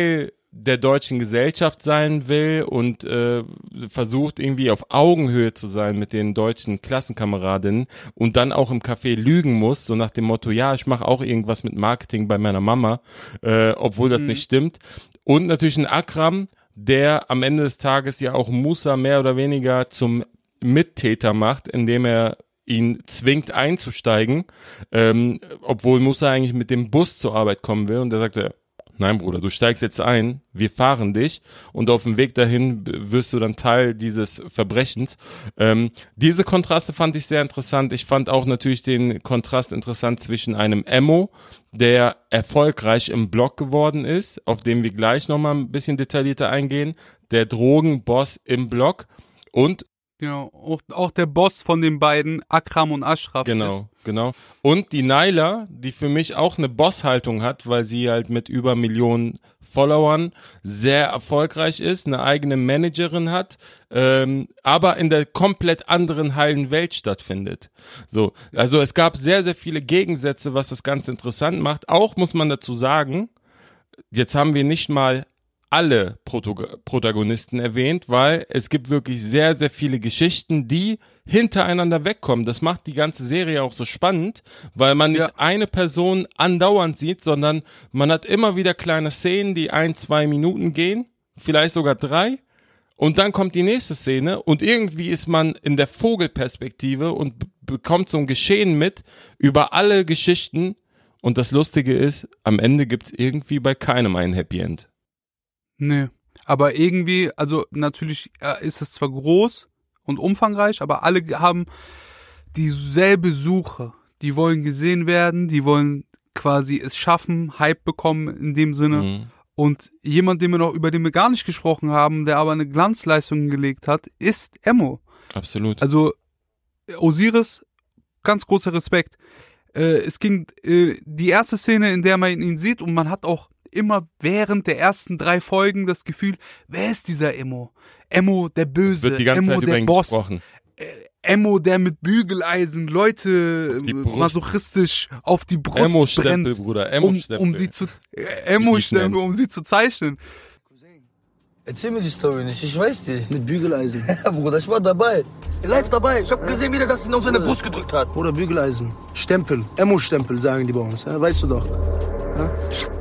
der deutschen Gesellschaft sein will und äh, versucht irgendwie auf Augenhöhe zu sein mit den deutschen Klassenkameradinnen und dann auch im Café lügen muss, so nach dem Motto, ja, ich mache auch irgendwas mit Marketing bei meiner Mama, äh, obwohl das mhm. nicht stimmt. Und natürlich ein Akram, der am Ende des Tages ja auch Musa mehr oder weniger zum Mittäter macht, indem er ihn zwingt einzusteigen, ähm, obwohl Musa eigentlich mit dem Bus zur Arbeit kommen will und der sagt, ja, nein, Bruder, du steigst jetzt ein, wir fahren dich und auf dem Weg dahin wirst du dann Teil dieses Verbrechens. Ähm, diese Kontraste fand ich sehr interessant. Ich fand auch natürlich den Kontrast interessant zwischen einem Emo, der erfolgreich im Blog geworden ist, auf den wir gleich nochmal ein bisschen detaillierter eingehen, der Drogenboss im Blog und Genau, auch, auch der Boss von den beiden, Akram und Ashraf. Genau, ist. genau. Und die Naila, die für mich auch eine Bosshaltung hat, weil sie halt mit über Millionen Followern sehr erfolgreich ist, eine eigene Managerin hat, ähm, aber in der komplett anderen heilen Welt stattfindet. So, also es gab sehr, sehr viele Gegensätze, was das ganz interessant macht. Auch muss man dazu sagen, jetzt haben wir nicht mal alle Protag- Protagonisten erwähnt, weil es gibt wirklich sehr, sehr viele Geschichten, die hintereinander wegkommen. Das macht die ganze Serie auch so spannend, weil man nicht ja. eine Person andauernd sieht, sondern man hat immer wieder kleine Szenen, die ein, zwei Minuten gehen, vielleicht sogar drei, und dann kommt die nächste Szene und irgendwie ist man in der Vogelperspektive und b- bekommt so ein Geschehen mit über alle Geschichten und das Lustige ist, am Ende gibt's irgendwie bei keinem ein Happy End. Nee, aber irgendwie, also natürlich äh, ist es zwar groß und umfangreich, aber alle haben dieselbe Suche. Die wollen gesehen werden, die wollen quasi es schaffen, Hype bekommen in dem Sinne. Mhm. Und jemand, den wir noch, über den wir gar nicht gesprochen haben, der aber eine Glanzleistung gelegt hat, ist Emo. Absolut. Also Osiris, ganz großer Respekt. Äh, es ging äh, die erste Szene, in der man ihn sieht und man hat auch immer während der ersten drei Folgen das Gefühl, wer ist dieser Emo? Emo, der Böse, wird die ganze Emo, Zeit über der ihn Boss, gesprochen. äh, Emo, der mit Bügeleisen Leute masochistisch auf die Brust Emo-Stempel, brennt, Bruder, Emo-Stempel. um, um sie zu äh, Emo-Stempel, um sie zu zeichnen. Erzähl mir die Story nicht, ich weiß die. Mit Bügeleisen. Ja, Bruder, ich war dabei. Live dabei. Ich hab gesehen, wie der das ihn auf seine Brust gedrückt hat. Bruder, Bügeleisen. Stempel. Emo-Stempel, sagen die bei uns. Ja, weißt du doch. Ja?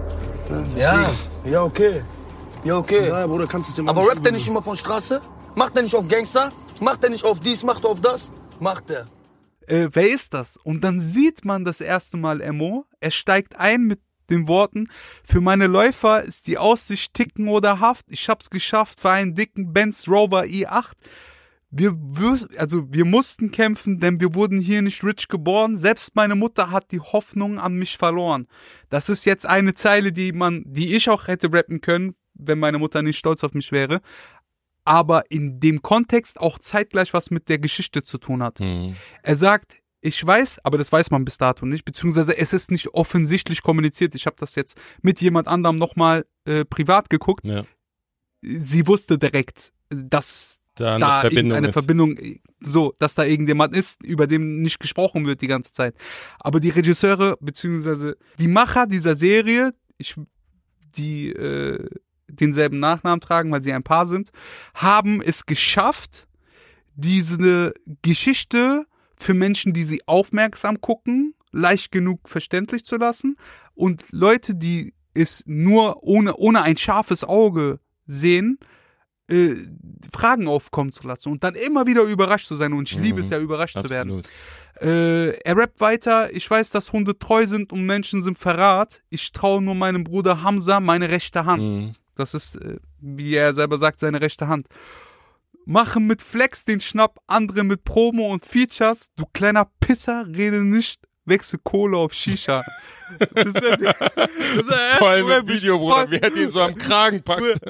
Ja, ja, ja, okay. Ja, okay. Ja, Bruder, kannst du jetzt Aber rappt der nicht immer von Straße? Macht der nicht auf Gangster? Macht der nicht auf dies, macht er auf das? Macht der. Äh, wer ist das? Und dann sieht man das erste Mal Emo. Er steigt ein mit den Worten: Für meine Läufer ist die Aussicht Ticken oder Haft. Ich hab's geschafft für einen dicken Benz Rover i acht. Wir, also wir mussten kämpfen, denn wir wurden hier nicht rich geboren. Selbst meine Mutter hat die Hoffnung an mich verloren. Das ist jetzt eine Zeile, die man, die ich auch hätte rappen können, wenn meine Mutter nicht stolz auf mich wäre. Aber in dem Kontext auch zeitgleich was mit der Geschichte zu tun hat. Mhm. Er sagt, ich weiß, aber das weiß man bis dato nicht, beziehungsweise es ist nicht offensichtlich kommuniziert. Ich habe das jetzt mit jemand anderem nochmal äh, privat geguckt. Ja. Sie wusste direkt, dass da, eine, da Verbindung eine Verbindung, so, dass da irgendjemand ist, über den nicht gesprochen wird die ganze Zeit. Aber die Regisseure, beziehungsweise die Macher dieser Serie, ich, die äh, denselben Nachnamen tragen, weil sie ein Paar sind, haben es geschafft, diese Geschichte für Menschen, die sie aufmerksam gucken, leicht genug verständlich zu lassen und Leute, die es nur ohne, ohne ein scharfes Auge sehen, Äh, Fragen aufkommen zu lassen und dann immer wieder überrascht zu sein. Und ich mhm, liebe es ja, überrascht absolut. zu werden. Äh, er rappt weiter: Ich weiß, dass Hunde treu sind und Menschen sind Verrat. Ich traue nur meinem Bruder Hamza meine rechte Hand. Mhm. Das ist, äh, wie er selber sagt, seine rechte Hand. Mache mit Flex den Schnapp, andere mit Promo und Features. Du kleiner Pisser, rede nicht, wechsel Kohle auf Shisha. Das ist der, das ist der Vor allem im Video, Bruder, wie er den so am Kragen packt.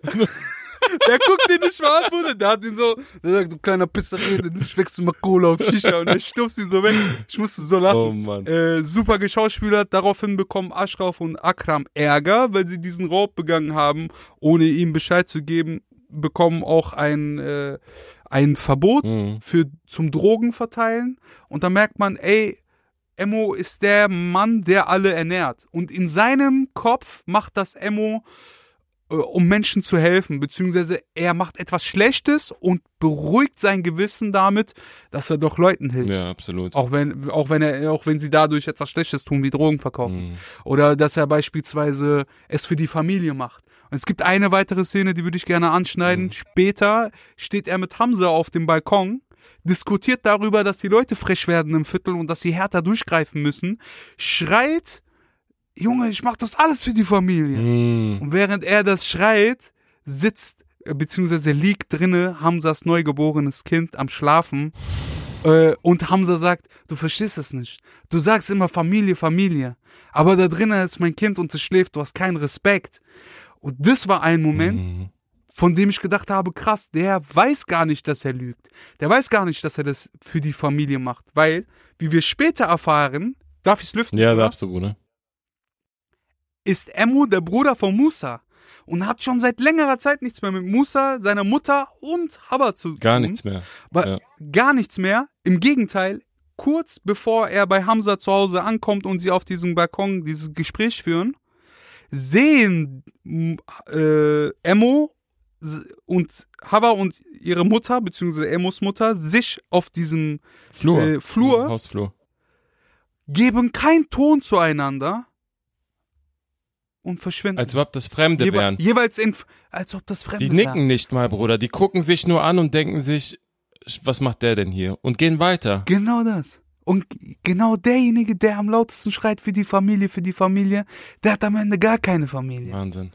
Der guckt ihn nicht mal an, Bruder. Der hat ihn so, der sagt, du kleiner Pisser, rede nicht, wechsel mal Kohle auf Shisha. Und er stupst ihn so weg. Ich musste so lachen. Oh Mann. Äh, super geschauspielert. Daraufhin bekommen Ashraf und Akram Ärger, weil sie diesen Raub begangen haben, ohne ihm Bescheid zu geben, bekommen auch ein, äh, ein Verbot mhm. für, zum Drogenverteilen. Und da merkt man, ey, Emo ist der Mann, der alle ernährt. Und in seinem Kopf macht das Emo um Menschen zu helfen, beziehungsweise er macht etwas Schlechtes und beruhigt sein Gewissen damit, dass er doch Leuten hilft. Ja, absolut. Auch wenn, auch wenn er, auch wenn sie dadurch etwas Schlechtes tun, wie Drogen verkaufen. Mhm. Oder dass er beispielsweise es für die Familie macht. Und es gibt eine weitere Szene, die würde ich gerne anschneiden. Mhm. Später steht er mit Hamza auf dem Balkon, diskutiert darüber, dass die Leute frisch werden im Viertel und dass sie härter durchgreifen müssen, schreit, Junge, ich mach das alles für die Familie. Mm. Und während er das schreit, sitzt, beziehungsweise liegt drinne Hamzas neugeborenes Kind am Schlafen. Äh, und Hamza sagt, du verstehst es nicht. Du sagst immer Familie, Familie. Aber da drinnen ist mein Kind und es schläft, du hast keinen Respekt. Und das war ein Moment, mm. von dem ich gedacht habe, krass, der weiß gar nicht, dass er lügt. Der weiß gar nicht, dass er das für die Familie macht. Weil, wie wir später erfahren, darf ich es lüften? Ja, darfst du, Bruder. Ist Emu der Bruder von Musa und hat schon seit längerer Zeit nichts mehr mit Musa, seiner Mutter und Haba zu tun. Gar nichts mehr. Ja. Gar nichts mehr. Im Gegenteil, kurz bevor er bei Hamza zu Hause ankommt und sie auf diesem Balkon dieses Gespräch führen, sehen äh, Emu und Haba und ihre Mutter, beziehungsweise Emus Mutter, sich auf diesem Flur, äh, Flur Hausflur, geben keinen Ton zueinander und verschwinden. Als ob das Fremde Jewe- wären. Jeweils in, als ob das Fremde Die nicken wären. nicht mal, Bruder. Die gucken sich nur an und denken sich, was macht der denn hier? Und gehen weiter. Genau das. Und genau derjenige, der am lautesten schreit für die Familie, für die Familie, der hat am Ende gar keine Familie. Wahnsinn.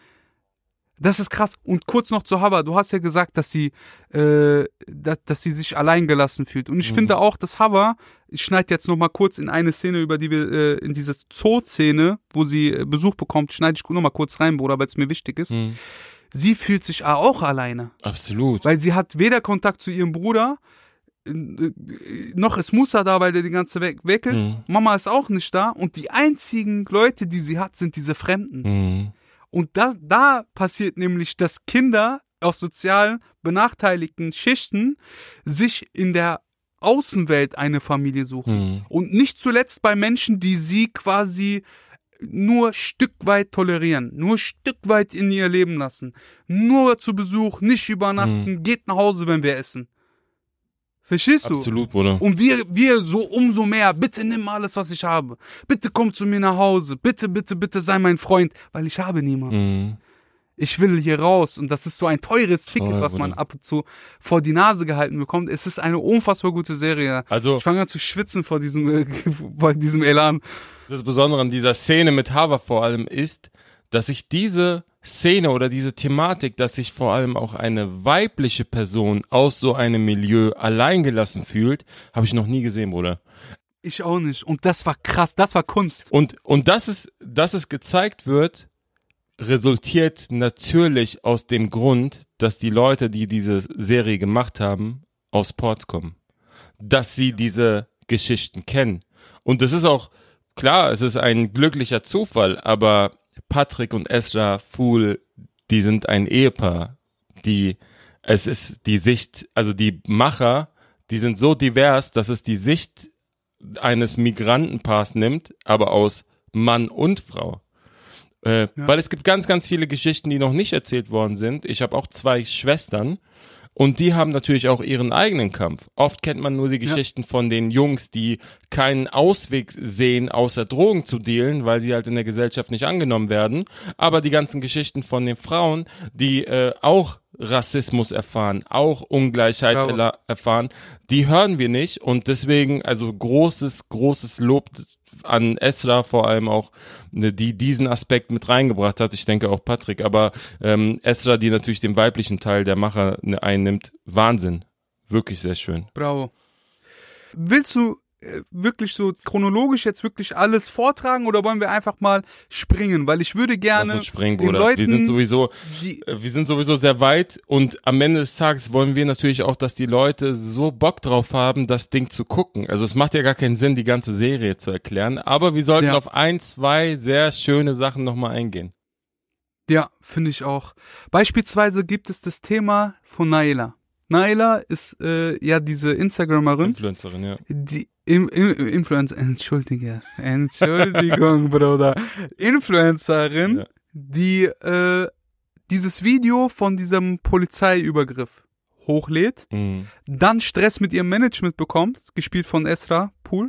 Das ist krass. Und kurz noch zu Haba. Du hast ja gesagt, dass sie, äh, dass, dass sie sich alleingelassen fühlt. Und ich Mhm. finde auch, dass Haba, ich schneide jetzt noch mal kurz in eine Szene, über die wir, äh, in diese Zoo-Szene, wo sie äh, Besuch bekommt, schneide ich noch mal kurz rein, Bruder, weil es mir wichtig ist. Mhm. Sie fühlt sich auch alleine. Absolut. Weil sie hat weder Kontakt zu ihrem Bruder, äh, noch ist Musa da, weil der die ganze weg, weg ist. Mhm. Mama ist auch nicht da. Und die einzigen Leute, die sie hat, sind diese Fremden. Mhm. Und da, da passiert nämlich, dass Kinder aus sozial benachteiligten Schichten sich in der Außenwelt eine Familie suchen. Mhm. Und nicht zuletzt bei Menschen, die sie quasi nur Stück weit tolerieren, nur Stück weit in ihr Leben lassen. Nur zu Besuch, nicht übernachten, Mhm. geht nach Hause, wenn wir essen. Verstehst du? Absolut, Bruder. Und wir, wir so umso mehr, bitte nimm alles, was ich habe. Bitte komm zu mir nach Hause. Bitte, bitte, bitte sei mein Freund, weil ich habe niemanden. Mhm. Ich will hier raus. Und das ist so ein teures Ticket, Voll, was man Bruder. ab und zu vor die Nase gehalten bekommt. Es ist eine unfassbar gute Serie. Also, ich fange an zu schwitzen vor diesem, äh, vor diesem Elan. das Besondere an dieser Szene mit Haba vor allem ist, dass sich diese Szene oder diese Thematik, dass sich vor allem auch eine weibliche Person aus so einem Milieu alleingelassen fühlt, habe ich noch nie gesehen, Bruder. Ich auch nicht. Und das war krass. Das war Kunst. Und, und dass es, dass es gezeigt wird, resultiert natürlich aus dem Grund, dass die Leute, die diese Serie gemacht haben, aus Ports kommen. Dass sie diese Geschichten kennen. Und das ist auch, klar, es ist ein glücklicher Zufall, aber Patrick und Ezra Fool, die sind ein Ehepaar, die, es ist die Sicht, also die Macher, die sind so divers, dass es die Sicht eines Migrantenpaars nimmt, aber aus Mann und Frau. Äh, Ja. Weil es gibt ganz, ganz viele Geschichten, die noch nicht erzählt worden sind. Ich habe auch zwei Schwestern und die haben natürlich auch ihren eigenen Kampf. Oft kennt man nur die Geschichten von den Jungs, die keinen Ausweg sehen, außer Drogen zu dealen, weil sie halt in der Gesellschaft nicht angenommen werden. Aber die ganzen Geschichten von den Frauen, die äh, auch Rassismus erfahren, auch Ungleichheit Bravo. erla- erfahren, die hören wir nicht. Und deswegen, also großes, großes Lob an Ezra vor allem auch, ne, die diesen Aspekt mit reingebracht hat. Ich denke auch Patrick, aber ähm, Ezra, die natürlich den weiblichen Teil der Macher ne, einnimmt. Wahnsinn. Wirklich sehr schön. Bravo. Willst du äh, wirklich so chronologisch jetzt wirklich alles vortragen oder wollen wir einfach mal springen? Weil ich würde gerne Lass uns springen, den Bruder. Leuten, wir sind sowieso, die, äh, wir sind sowieso sehr weit und am Ende des Tages wollen wir natürlich auch, dass die Leute so Bock drauf haben, das Ding zu gucken. Also es macht ja gar keinen Sinn, die ganze Serie zu erklären, aber wir sollten Ja. auf ein, zwei sehr schöne Sachen nochmal eingehen. ja, finde ich auch. Beispielsweise gibt es das Thema von Naila. Naila ist äh, ja diese Instagramerin, Influencerin, ja. die im, im, Influencer, entschuldige, Entschuldigung, Bruder, Influencerin, Ja. die äh, dieses Video von diesem Polizeiübergriff hochlädt, Mhm. dann Stress mit ihrem Management bekommt, gespielt von Esra Pool,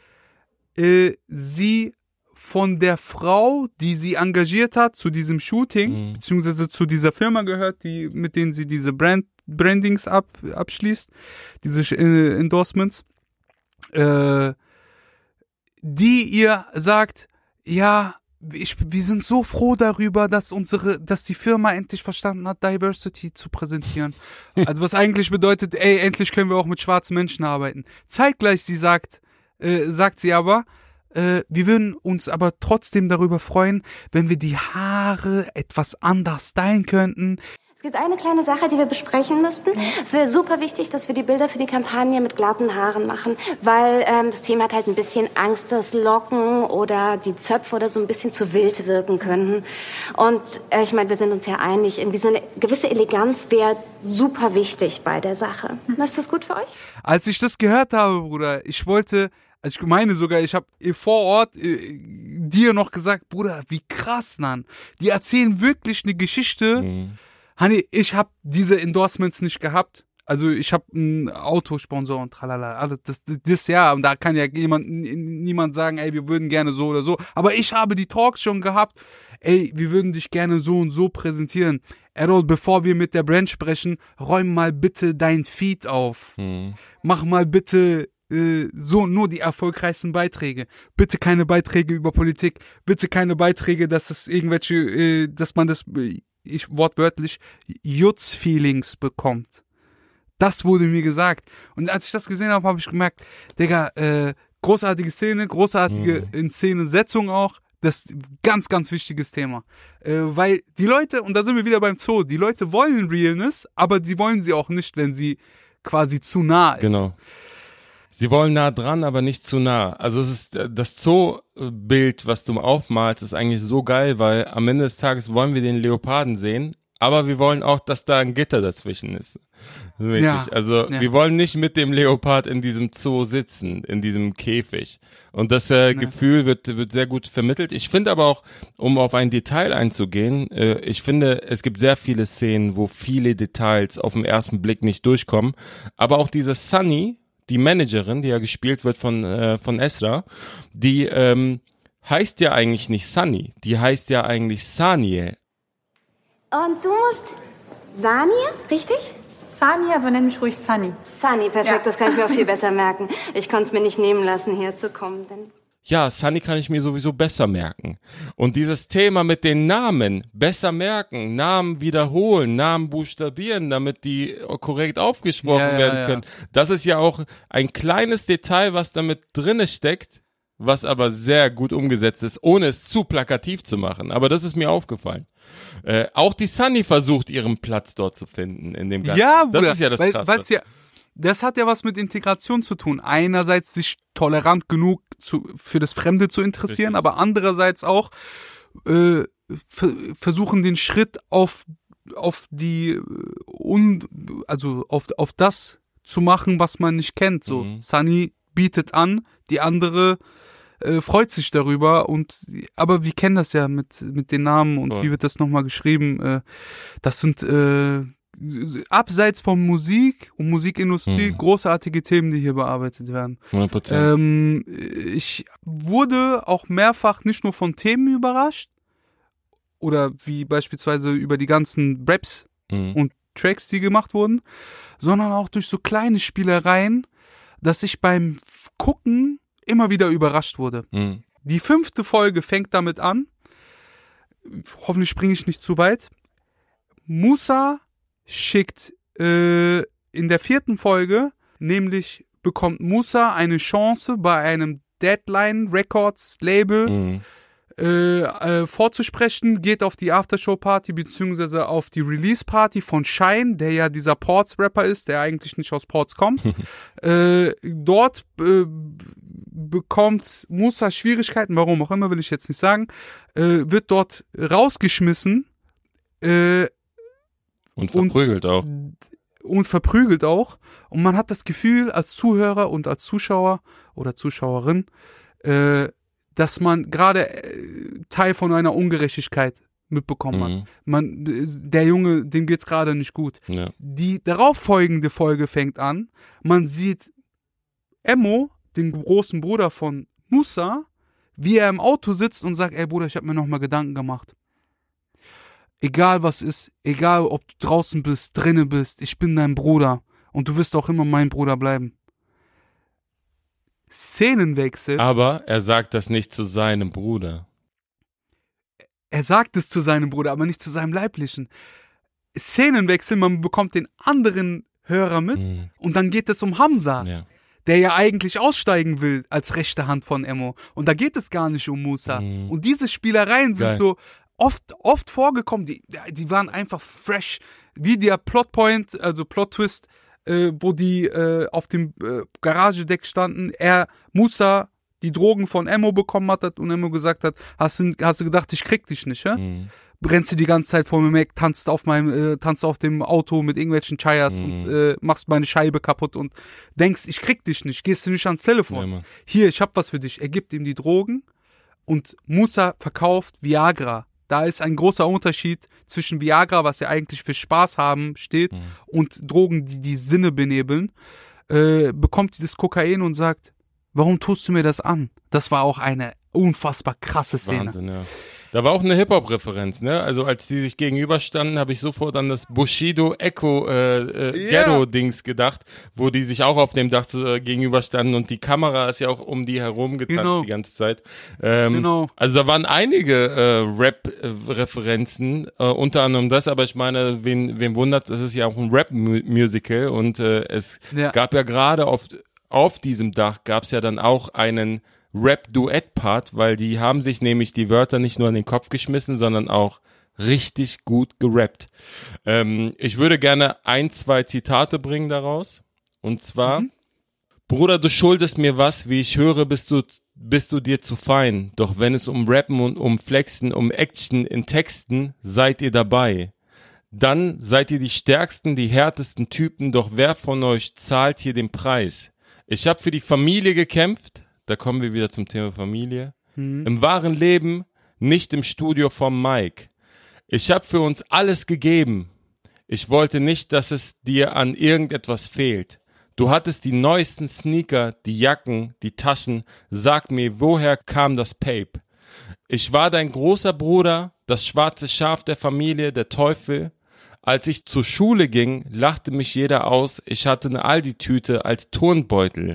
äh, sie von der Frau, die sie engagiert hat zu diesem Shooting, Mhm. beziehungsweise zu dieser Firma gehört, die mit denen sie diese Brand Brandings ab, abschließt, diese äh, Endorsements, äh, die ihr sagt, ja, ich, wir sind so froh darüber, dass unsere, dass die Firma endlich verstanden hat, Diversity zu präsentieren. Also was eigentlich bedeutet, ey, endlich können wir auch mit schwarzen Menschen arbeiten. Zeitgleich, sie sagt, äh, sagt sie aber, äh, wir würden uns aber trotzdem darüber freuen, wenn wir die Haare etwas anders stylen könnten. Es gibt eine kleine Sache, die wir besprechen müssten. Es wäre super wichtig, dass wir die Bilder für die Kampagne mit glatten Haaren machen, weil ähm, das Team hat halt ein bisschen Angst, dass Locken oder die Zöpfe oder so ein bisschen zu wild wirken könnten. Und äh, ich meine, wir sind uns ja einig, irgendwie so eine gewisse Eleganz wäre super wichtig bei der Sache. Ist das gut für euch? Als ich das gehört habe, Bruder, ich wollte, also ich meine sogar, ich habe vor Ort äh, dir noch gesagt, Bruder, wie krass, Mann. Die erzählen wirklich eine Geschichte. Mhm. Honey, ich habe diese Endorsements nicht gehabt. Also ich habe einen Autosponsor und tralala, alles das, das, das ja, und da kann ja jemand, niemand sagen, ey, wir würden gerne so oder so. Aber ich habe die Talks schon gehabt, ey, wir würden dich gerne so und so präsentieren. Errol, bevor wir mit der Brand sprechen, räum mal bitte dein Feed auf. Mhm. Mach mal bitte äh, so nur die erfolgreichsten Beiträge. Bitte keine Beiträge über Politik. Bitte keine Beiträge, dass es irgendwelche, äh, dass man das... ich wortwörtlich Jutz-Feelings bekommt. Das wurde mir gesagt. Und als ich das gesehen habe, habe ich gemerkt, Digga, äh, großartige Szene, großartige Mhm. Inszenesetzung auch. Das ist ein ganz, ganz wichtiges Thema. Äh, weil die Leute, und da sind wir wieder beim Zoo, die Leute wollen Realness, aber die wollen sie auch nicht, wenn sie quasi zu nah ist. Genau. Sie wollen nah dran, aber nicht zu nah. Also es ist das Zoo-Bild, was du aufmalst, ist eigentlich so geil, weil am Ende des Tages wollen wir den Leoparden sehen, aber wir wollen auch, dass da ein Gitter dazwischen ist. Wirklich. Ja, Also ja. wir wollen nicht mit dem Leopard in diesem Zoo sitzen, in diesem Käfig. Und das äh, Ja. Gefühl wird wird sehr gut vermittelt. Ich finde aber auch, um auf ein Detail einzugehen, äh, ich finde, es gibt sehr viele Szenen, wo viele Details auf den ersten Blick nicht durchkommen. Aber auch diese Sunny, die Managerin, die ja gespielt wird von äh, von Esra, die ähm, heißt ja eigentlich nicht Sunny, die heißt ja eigentlich Sanie. Und du musst Sanie, richtig? Sani, aber nenn mich ruhig Sunny. Sunny, perfekt, Ja. das kann ich mir auch viel besser merken. Ich konnte es mir nicht nehmen lassen, herzukommen, denn... Ja, Sunny kann ich mir sowieso besser merken. Und dieses Thema mit den Namen, besser merken, Namen wiederholen, Namen buchstabieren, damit die korrekt aufgesprochen Ja, ja, werden ja. können. Das ist ja auch ein kleines Detail, was damit drinne steckt, was aber sehr gut umgesetzt ist, ohne es zu plakativ zu machen. Aber das ist mir aufgefallen. Äh, auch die Sunny versucht, ihren Platz dort zu finden in dem Ganzen. Ja, Bruder, das ist ja das weil, Krasse. weil's ja, das hat ja was mit Integration zu tun. Einerseits sich tolerant genug zu, für das Fremde zu interessieren, Richtig. aber andererseits auch äh, ver- versuchen den Schritt auf auf die äh, und also auf auf das zu machen, was man nicht kennt. So Mhm. Sunny bietet an, die andere äh, freut sich darüber und aber wir kennen das ja mit mit den Namen und Voll. wie wird das nochmal geschrieben? Äh, das sind äh, abseits von Musik und Musikindustrie Mhm. großartige Themen, die hier bearbeitet werden. hundert Prozent. Ähm, ich wurde auch mehrfach nicht nur von Themen überrascht oder wie beispielsweise über die ganzen Raps Mhm. und Tracks, die gemacht wurden, sondern auch durch so kleine Spielereien, dass ich beim Gucken immer wieder überrascht wurde. Mhm. Die fünfte Folge fängt damit an. Hoffentlich springe ich nicht zu weit. Musa schickt äh, in der vierten Folge, nämlich bekommt Musa eine Chance bei einem Deadline Records Label Mhm. äh, äh, vorzusprechen, geht auf die Aftershow-Party beziehungsweise auf die Release-Party von Shine, der ja dieser Ports-Rapper ist, der eigentlich nicht aus Ports kommt. äh, dort äh, bekommt Musa Schwierigkeiten, warum auch immer, will ich jetzt nicht sagen, äh, wird dort rausgeschmissen äh, Und verprügelt auch. und verprügelt auch. Und man hat das Gefühl als Zuhörer und als Zuschauer oder Zuschauerin, äh, dass man gerade äh, Teil von einer Ungerechtigkeit mitbekommen Mhm. hat. Man, der Junge, dem geht's gerade nicht gut. Ja. Die darauffolgende Folge fängt an, man sieht Emo, den großen Bruder von Musa, wie er im Auto sitzt und sagt, ey Bruder, ich habe mir nochmal Gedanken gemacht. Egal was ist, egal ob du draußen bist, drinnen bist, ich bin dein Bruder und du wirst auch immer mein Bruder bleiben. Szenenwechsel. Aber er sagt das nicht zu seinem Bruder. Er sagt es zu seinem Bruder, aber nicht zu seinem Leiblichen. Szenenwechsel, man bekommt den anderen Hörer mit Mhm. und dann geht es um Hamza, Ja. der ja eigentlich aussteigen will als rechte Hand von Emo. Und da geht es gar nicht um Musa. Mhm. Und diese Spielereien sind Geil. so oft, oft vorgekommen, die, die waren einfach fresh. Wie der Plotpoint, also Plot-Twist, äh, wo die äh, auf dem äh, Garagedeck standen, er, Musa, die Drogen von Emo bekommen hat und Emo gesagt hat, hast du, hast du gedacht, ich krieg dich nicht, ja? Mhm. Brennst du die ganze Zeit vor mir weg, tanzt auf meinem, äh, tanzt auf dem Auto mit irgendwelchen Chayas Mhm. und äh, machst meine Scheibe kaputt und denkst, ich krieg dich nicht, gehst du nicht ans Telefon. Ja, Mann. Hier, ich hab was für dich. Er gibt ihm die Drogen und Musa verkauft Viagra. Da ist ein großer Unterschied zwischen Viagra, was ja eigentlich für Spaß haben steht, Mhm. und Drogen, die die Sinne benebeln. Äh, bekommt dieses Kokain und sagt, warum tust du mir das an? Das war auch eine unfassbar krasse Szene. Wahnsinn, ja. Da war auch eine Hip-Hop-Referenz, ne? Also als die sich gegenüberstanden, habe ich sofort an das Bushido Echo äh, äh, Ja. Ghetto-Dings gedacht, wo die sich auch auf dem Dach äh, gegenüberstanden und die Kamera ist ja auch um die herum getanzt Genau. die ganze Zeit. Ähm, Genau. Also da waren einige äh, Rap-Referenzen, äh, unter anderem das, aber ich meine, wen, wen wundert, es ist ja auch ein Rap-Musical und äh, es Ja. gab ja gerade auf, auf diesem Dach gab es ja dann auch einen Rap-Duett-Part, weil die haben sich nämlich die Wörter nicht nur in den Kopf geschmissen, sondern auch richtig gut gerappt. Ähm, ich würde gerne ein, zwei Zitate bringen daraus. Und zwar, Mhm. Bruder, du schuldest mir was, wie ich höre, bist du, bist du dir zu fein. Doch wenn es um Rappen und um Flexen, um Action in Texten, seid ihr dabei. Dann seid ihr die stärksten, die härtesten Typen, doch wer von euch zahlt hier den Preis? Ich habe für die Familie gekämpft, da kommen wir wieder zum Thema Familie. Mhm. Im wahren Leben, nicht im Studio vom Mike. Ich habe für uns alles gegeben. Ich wollte nicht, dass es dir an irgendetwas fehlt. Du hattest die neuesten Sneaker, die Jacken, die Taschen. Sag mir, woher kam das Pape? Ich war dein großer Bruder, das schwarze Schaf der Familie, der Teufel. Als ich zur Schule ging, lachte mich jeder aus. Ich hatte eine Aldi-Tüte als Turnbeutel.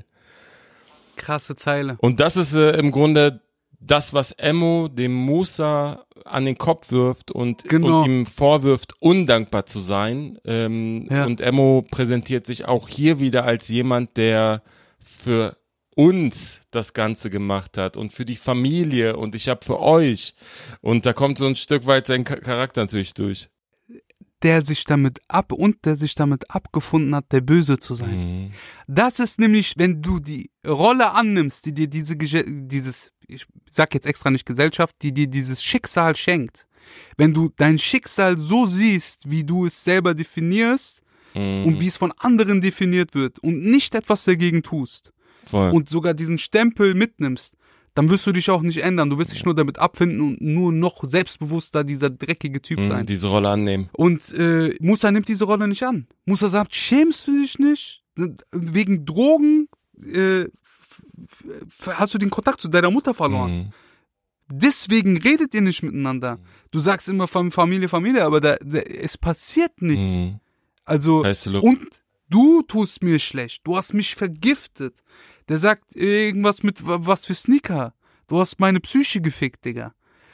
Krasse Zeile. Und das ist äh, im Grunde das, was Emo dem Musa an den Kopf wirft und, Genau. und ihm vorwirft, undankbar zu sein. Ähm, Ja. Und Emo präsentiert sich auch hier wieder als jemand, der für uns das Ganze gemacht hat und für die Familie und ich habe für euch. Und da kommt so ein Stück weit sein Cha- Charakter natürlich durch. Der sich damit ab und der sich damit abgefunden hat, der Böse zu sein. Mhm. Das ist nämlich, wenn du die Rolle annimmst, die dir diese Gege- dieses, ich sag jetzt extra nicht Gesellschaft, die dir dieses Schicksal schenkt. Wenn du dein Schicksal so siehst, wie du es selber definierst Mhm. und wie es von anderen definiert wird und nicht etwas dagegen tust Voll. und sogar diesen Stempel mitnimmst, dann wirst du dich auch nicht ändern. Du wirst dich nur damit abfinden und nur noch selbstbewusster dieser dreckige Typ Mhm, sein. diese Rolle annehmen. Und äh, Musa nimmt diese Rolle nicht an. Musa sagt, schämst du dich nicht? Wegen Drogen äh, f- f- hast du den Kontakt zu deiner Mutter verloren. Mhm. Deswegen redet ihr nicht miteinander. Du sagst immer Fam- Familie, Familie, aber da, da, es passiert nichts. Mhm. Also, Heiße Luft. und du tust mir schlecht. Du hast mich vergiftet. Der sagt irgendwas mit, wa- was für Sneaker. Du hast meine Psyche gefickt, Digga.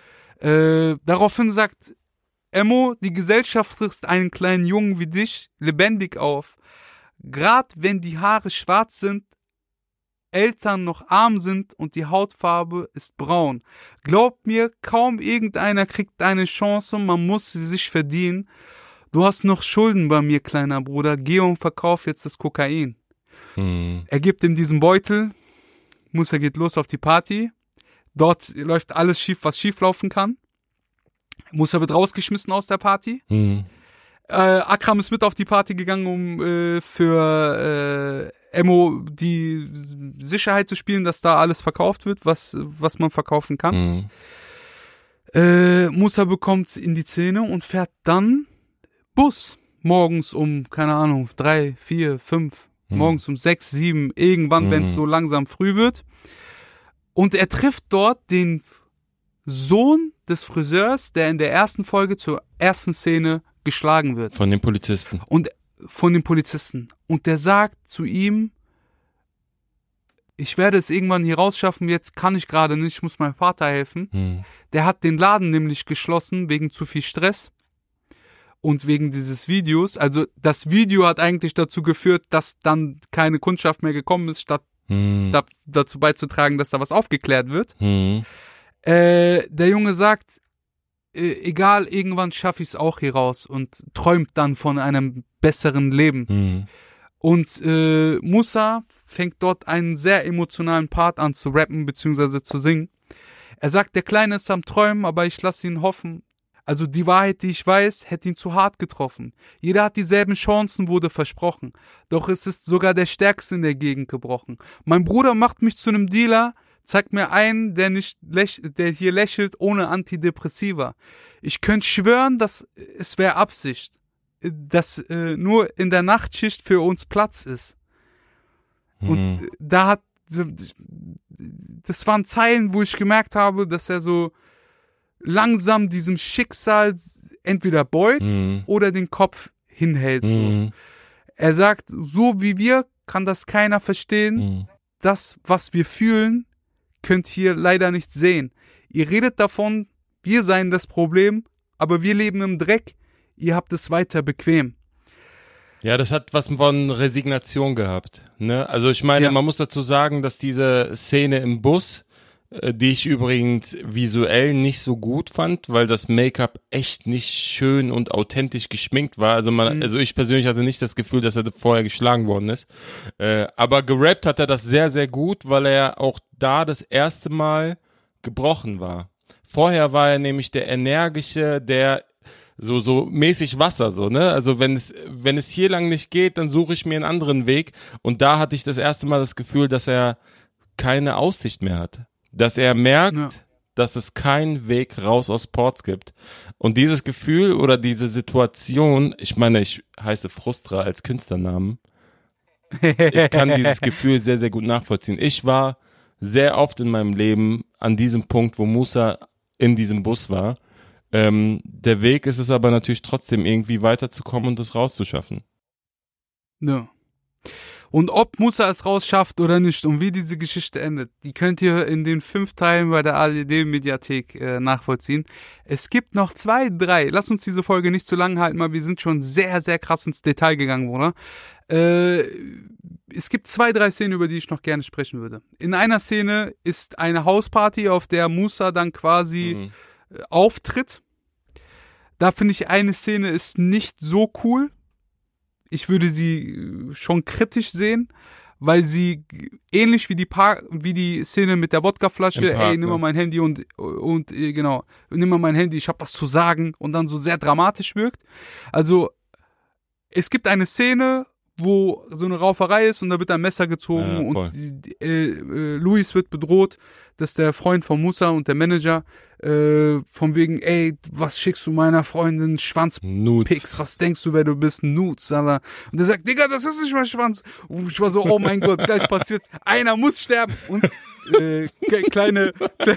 Äh, daraufhin sagt Emo, die Gesellschaft frisst einen kleinen Jungen wie dich lebendig auf. Grad wenn die Haare schwarz sind, Eltern noch arm sind und die Hautfarbe ist braun. Glaubt mir, kaum irgendeiner kriegt eine Chance, man muss sie sich verdienen. Du hast noch Schulden bei mir, kleiner Bruder. Geh und verkauf jetzt das Kokain. Mhm. Er gibt ihm diesen Beutel. Musa geht los auf die Party. Dort läuft alles schief, was schief laufen kann. Musa wird rausgeschmissen aus der Party. Mhm. Äh, Akram ist mit auf die Party gegangen, um äh, für äh, Emo die Sicherheit zu spielen, dass da alles verkauft wird, was, was man verkaufen kann. Mhm. Äh, Musa bekommt in die Zähne und fährt dann Bus. Morgens um, keine Ahnung, drei, vier, fünf, hm. morgens um sechs, sieben, irgendwann, hm. wenn es so langsam früh wird. Und er trifft dort den Sohn des Friseurs, der in der ersten Folge zur ersten Szene geschlagen wird. Von den Polizisten. Und von den Polizisten. Und der sagt zu ihm, ich werde es irgendwann hier rausschaffen, jetzt kann ich gerade nicht, ich muss meinem Vater helfen. Hm. Der hat den Laden nämlich geschlossen wegen zu viel Stress und wegen dieses Videos. Also das Video hat eigentlich dazu geführt, dass dann keine Kundschaft mehr gekommen ist, statt hm. da, dazu beizutragen, dass da was aufgeklärt wird. Hm. Äh, der Junge sagt, äh, egal, irgendwann schaffe ich es auch hier raus und träumt dann von einem besseren Leben. Hm. Und äh, Musa fängt dort einen sehr emotionalen Part an zu rappen bzw. zu singen. Er sagt, der Kleine ist am Träumen, aber ich lasse ihn hoffen. Also die Wahrheit, die ich weiß, hätte ihn zu hart getroffen. Jeder hat dieselben Chancen, wurde versprochen. Doch es ist sogar der Stärkste in der Gegend gebrochen. Mein Bruder macht mich zu einem Dealer, zeigt mir einen, der nicht läch- der hier lächelt ohne Antidepressiva. Ich könnte schwören, dass es wäre Absicht, dass äh, nur in der Nachtschicht für uns Platz ist. Mhm. Und da hat, das waren Zeilen, wo ich gemerkt habe, dass er so langsam diesem Schicksal entweder beugt mhm. oder den Kopf hinhält. Mhm. So. Er sagt, so wie wir kann das keiner verstehen. Mhm. Das, was wir fühlen, könnt ihr leider nicht sehen. Ihr redet davon, wir seien das Problem, aber wir leben im Dreck. Ihr habt es weiter bequem. Ja, das hat was von Resignation gehabt. Ne? Also ich meine, ja. man muss dazu sagen, dass diese Szene im Bus, äh, die ich übrigens visuell nicht so gut fand, weil das Make-up echt nicht schön und authentisch geschminkt war. Also man, mhm. also ich persönlich hatte nicht das Gefühl, dass er vorher geschlagen worden ist. Äh, aber gerappt hat er das sehr, sehr gut, weil er auch da das erste Mal gebrochen war. Vorher war er nämlich der energische, der so so mäßig Wasser, so, ne? Also wenn es wenn es hier lang nicht geht, dann suche ich mir einen anderen Weg. Und da hatte ich das erste Mal das Gefühl, dass er keine Aussicht mehr hat. Dass er merkt, ja. dass es keinen Weg raus aus Ports gibt. Und dieses Gefühl oder diese Situation, ich meine, ich heiße Frustra als Künstlernamen. Ich kann dieses Gefühl sehr, sehr gut nachvollziehen. Ich war sehr oft in meinem Leben an diesem Punkt, wo Musa in diesem Bus war. Ähm, der Weg ist es aber natürlich trotzdem irgendwie weiterzukommen und es rauszuschaffen. Ja. Und ob Musa es rausschafft oder nicht und wie diese Geschichte endet, die könnt ihr in den fünf Teilen bei der A R D-Mediathek äh, nachvollziehen. Es gibt noch zwei, drei. Lass uns diese Folge nicht zu lang halten, weil wir sind schon sehr, sehr krass ins Detail gegangen, oder? Äh, es gibt zwei, drei Szenen, über die ich noch gerne sprechen würde. In einer Szene ist eine Hausparty, auf der Musa dann quasi mhm. äh, auftritt. Da finde ich, eine Szene ist nicht so cool. Ich würde sie schon kritisch sehen, weil sie ähnlich wie die pa- wie die Szene mit der Wodkaflasche, Park, ey, nimm mal mein Handy und und genau, nimm mal mein Handy, ich habe was zu sagen und dann so sehr dramatisch wirkt. Also es gibt eine Szene, wo so eine Rauferei ist und da wird ein Messer gezogen ja, und die, äh, äh, Luis wird bedroht, das ist der Freund von Musa und der Manager, äh, von wegen, ey, was schickst du meiner Freundin? Schwanzpicks, was denkst du, wer du bist? Nudes, Alter. Und der sagt, Digga, das ist nicht mein Schwanz. Und ich war so, oh mein Gott, gleich passiert's. Einer muss sterben. Und äh, kleine,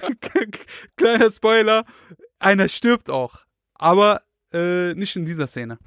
kleiner Spoiler, einer stirbt auch. Aber äh, nicht in dieser Szene.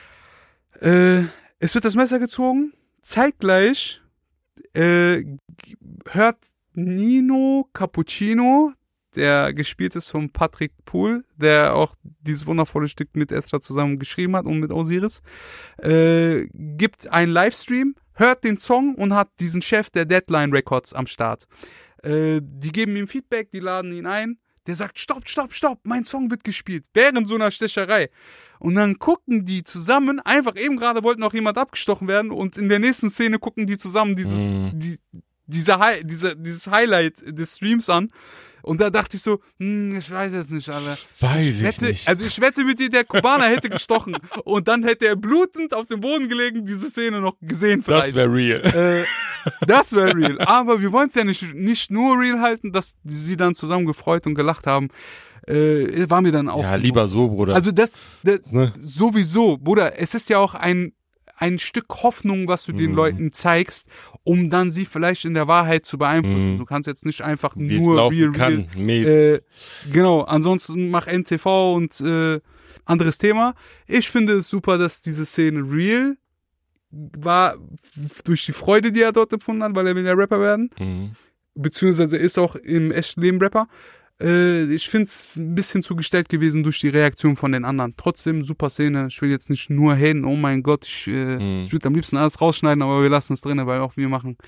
Äh, Es wird das Messer gezogen, zeitgleich äh, hört Nino Cappuccino, der gespielt ist von Patrick Poole, der auch dieses wundervolle Stück mit Esra zusammen geschrieben hat und mit Osiris, äh, gibt einen Livestream, hört den Song und hat diesen Chef der Deadline Records am Start. Äh, die geben ihm Feedback, die laden ihn ein. Der sagt, stopp, stopp, stopp, mein Song wird gespielt, während so einer Stecherei. Und dann gucken die zusammen, einfach eben gerade wollte noch jemand abgestochen werden und in der nächsten Szene gucken die zusammen dieses, mm. die, dieser Hi- dieser, dieses Highlight des Streams an. Und da dachte ich so, hm, ich weiß jetzt nicht, Alter. Weiß ich, wette, ich nicht. Also ich wette mit dir, der Kubaner hätte gestochen und dann hätte er blutend auf dem Boden gelegen, diese Szene noch gesehen vielleicht. Das wäre real. Äh, das wäre real. Aber wir wollen es ja nicht, nicht nur real halten, dass sie dann zusammen gefreut und gelacht haben. äh, war mir dann auch. Ja, lieber so, Bruder. Also das, das Ne? sowieso, Bruder, es ist ja auch ein, ein Stück Hoffnung, was du den Mhm. Leuten zeigst, um dann sie vielleicht in der Wahrheit zu beeinflussen. Mhm. Du kannst jetzt nicht einfach Wie es nur laufen real, kann. real, Mit. äh, genau, ansonsten mach N T V und äh, anderes Thema. Ich finde es super, dass diese Szene real war, f- durch die Freude, die er dort empfunden hat, weil er will ja Rapper werden. Mhm. Beziehungsweise ist auch im echten Leben Rapper. Äh, ich finde es ein bisschen zu gestellt gewesen durch die Reaktion von den anderen. Trotzdem super Szene. Ich will jetzt nicht nur haten, oh mein Gott, ich, äh, Mhm. ich würde am liebsten alles rausschneiden, aber wir lassen es drin, weil auch wir machen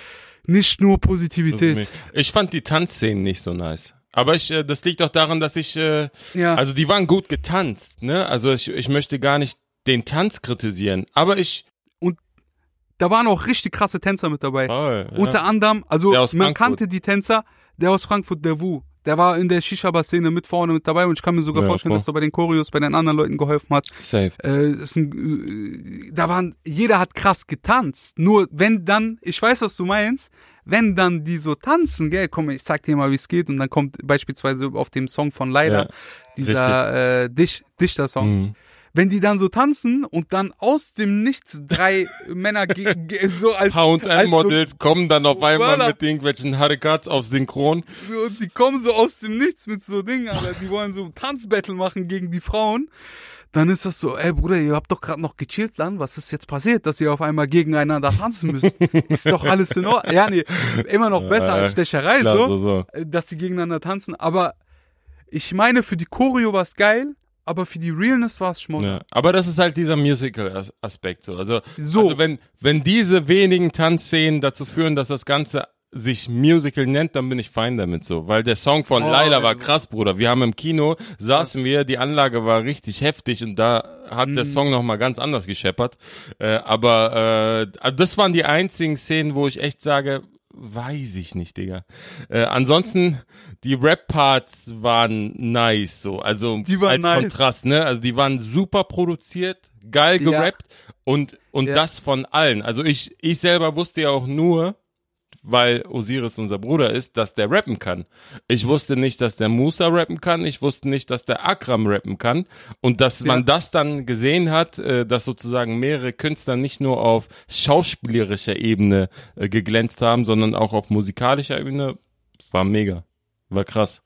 nicht nur Positivität. Ich fand die Tanzszenen nicht so nice. Aber ich, äh, das liegt auch daran, dass ich, äh, Ja. also die waren gut getanzt, ne? Also ich, ich möchte gar nicht den Tanz kritisieren, aber ich. Und da waren auch richtig krasse Tänzer mit dabei. Voll, ja. Unter anderem, also Der aus man Frankfurt. kannte die Tänzer, der aus Frankfurt, der Wu. Der war in der Shisha-Bar-Szene mit vorne mit dabei und ich kann mir sogar Ja, vorstellen, voll. dass er bei den Choreos bei den anderen Leuten geholfen hat. Safe. Äh, das ist ein, äh, da waren, jeder hat krass getanzt. Nur wenn dann, ich weiß, was du meinst, wenn dann die so tanzen, gell, komm, ich zeig dir mal, wie es geht und dann kommt beispielsweise auf dem Song von Leila, Ja, dieser äh, Dich, Dichter-Song. Mhm. Wenn die dann so tanzen und dann aus dem Nichts drei Männer ge- ge- so als H und als M Models kommen dann auf einmal Voilà. mit irgendwelchen Harikats auf Synchron. so, und die kommen so aus dem Nichts mit so Dingen, Alter. Die wollen so Tanzbattle machen gegen die Frauen. Dann ist das so, ey Bruder, ihr habt doch gerade noch gechillt dann. Was ist jetzt passiert, dass ihr auf einmal gegeneinander tanzen müsst? Ist doch alles in Ordnung. Ja, nee, immer noch besser Ja, als Stecherei, klar, so, so, so. dass sie gegeneinander tanzen. Aber ich meine, für die Choreo war es geil, aber für die Realness war es schmuck. Ja, aber das ist halt dieser Musical-Aspekt so. Also, So. also wenn, wenn diese wenigen Tanzszenen dazu führen, dass das Ganze sich Musical nennt, dann bin ich fein damit so. Weil der Song von Oh, Laila war ja. krass, Bruder. Wir haben im Kino, saßen wir, die Anlage war richtig heftig und da hat der Mhm. Song nochmal ganz anders gescheppert. Äh, aber äh, also das waren die einzigen Szenen, wo ich echt sage, weiß ich nicht, Digga. Äh, ansonsten, die Rap-Parts waren nice, so. Also Die waren als nice. Kontrast, ne? Also die waren super produziert, geil Ja. gerappt und, und Ja. das von allen. Also ich, ich selber wusste ja auch nur, weil Osiris unser Bruder ist, dass der rappen kann. Ich wusste nicht, dass der Musa rappen kann. Ich wusste nicht, dass der Akram rappen kann. Und dass Ja. man das dann gesehen hat, äh, dass sozusagen mehrere Künstler nicht nur auf schauspielerischer Ebene äh, geglänzt haben, sondern auch auf musikalischer Ebene, war mega. War krass.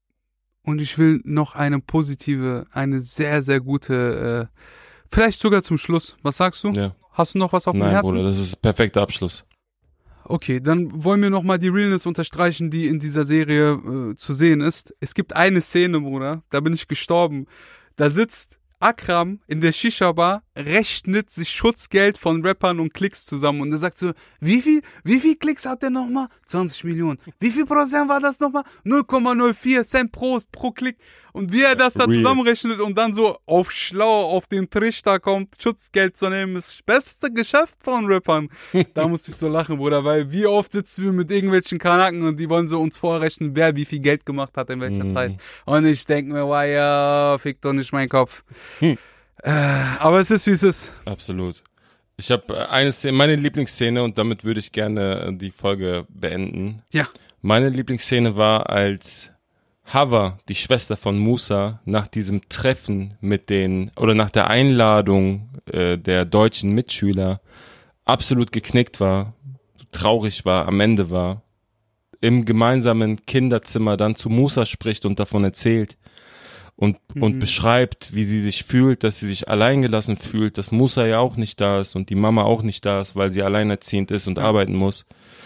Und ich will noch eine positive, eine sehr, sehr gute, äh, vielleicht sogar zum Schluss. Was sagst du? Ja. Hast du noch was auf dem Nein, Herzen? Bruder, das ist perfekter Abschluss. Okay, dann wollen wir nochmal die Realness unterstreichen, die in dieser Serie äh, zu sehen ist. Es gibt eine Szene, Bruder, da bin ich gestorben. Da sitzt Akram in der Shisha-Bar, rechnet sich Schutzgeld von Rappern und Klicks zusammen und er sagt so, wie viel, wie viel Klicks hat der nochmal? zwanzig Millionen. Wie viel Prozent war das nochmal? null Komma null vier Cent pro, pro Klick. Und wie er das da Real. zusammenrechnet und dann so auf schlau auf den Trichter kommt, Schutzgeld zu nehmen, ist das beste Geschäft von Rappern. Da musste ich so lachen, Bruder, weil wie oft sitzen wir mit irgendwelchen Kanaken und die wollen so uns vorrechnen, wer wie viel Geld gemacht hat in welcher Mhm. Zeit. Und ich denke mir, wow, ja, fick doch nicht meinen Kopf. Äh, aber es ist, wie es ist. Absolut. Ich habe eine Szene, meine Lieblingsszene und damit würde ich gerne äh, die Folge beenden. Ja. Meine Lieblingsszene war, als Hava, die Schwester von Musa, nach diesem Treffen mit den, oder nach der Einladung äh, der deutschen Mitschüler absolut geknickt war, traurig war, am Ende war, im gemeinsamen Kinderzimmer dann zu Musa spricht und davon erzählt und, Mhm. und beschreibt, wie sie sich fühlt, dass sie sich alleingelassen fühlt, dass Musa ja auch nicht da ist und die Mama auch nicht da ist, weil sie alleinerziehend ist und Ja. arbeiten muss.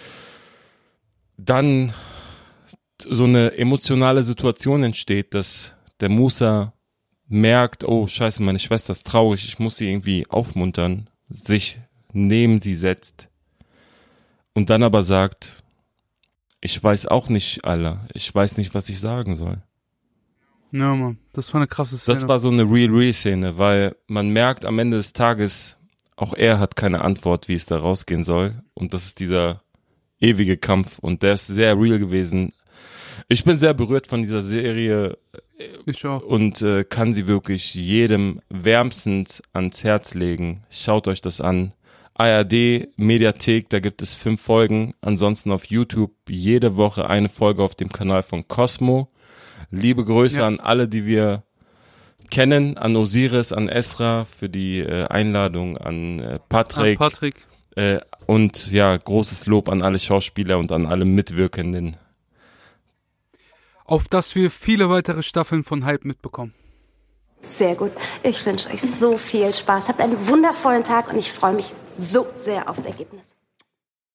Dann so eine emotionale Situation entsteht, dass der Musa merkt, oh scheiße, meine Schwester ist traurig, ich muss sie irgendwie aufmuntern, sich neben sie setzt und dann aber sagt, ich weiß auch nicht, Allah, ich weiß nicht, was ich sagen soll. Ja, Mann, das war eine krasse Szene. Das war so eine Real-Real-Szene, weil man merkt am Ende des Tages, auch er hat keine Antwort, wie es da rausgehen soll und das ist dieser ewige Kampf und der ist sehr real gewesen. Ich bin sehr berührt von dieser Serie ich auch. und äh, kann sie wirklich jedem wärmstens ans Herz legen. Schaut euch das an. A R D Mediathek, da gibt es fünf Folgen. Ansonsten auf YouTube jede Woche eine Folge auf dem Kanal von Cosmo. liebe Grüße Ja. an alle, die wir kennen, an Osiris, an Esra für die äh, Einladung, an äh, Patrick. An Patrick. Äh, und ja, großes Lob an alle Schauspieler und an alle Mitwirkenden. Auf dass wir viele weitere Staffeln von Hype mitbekommen. Sehr gut. Ich wünsche euch so viel Spaß. Habt einen wundervollen Tag und ich freue mich so sehr aufs Ergebnis.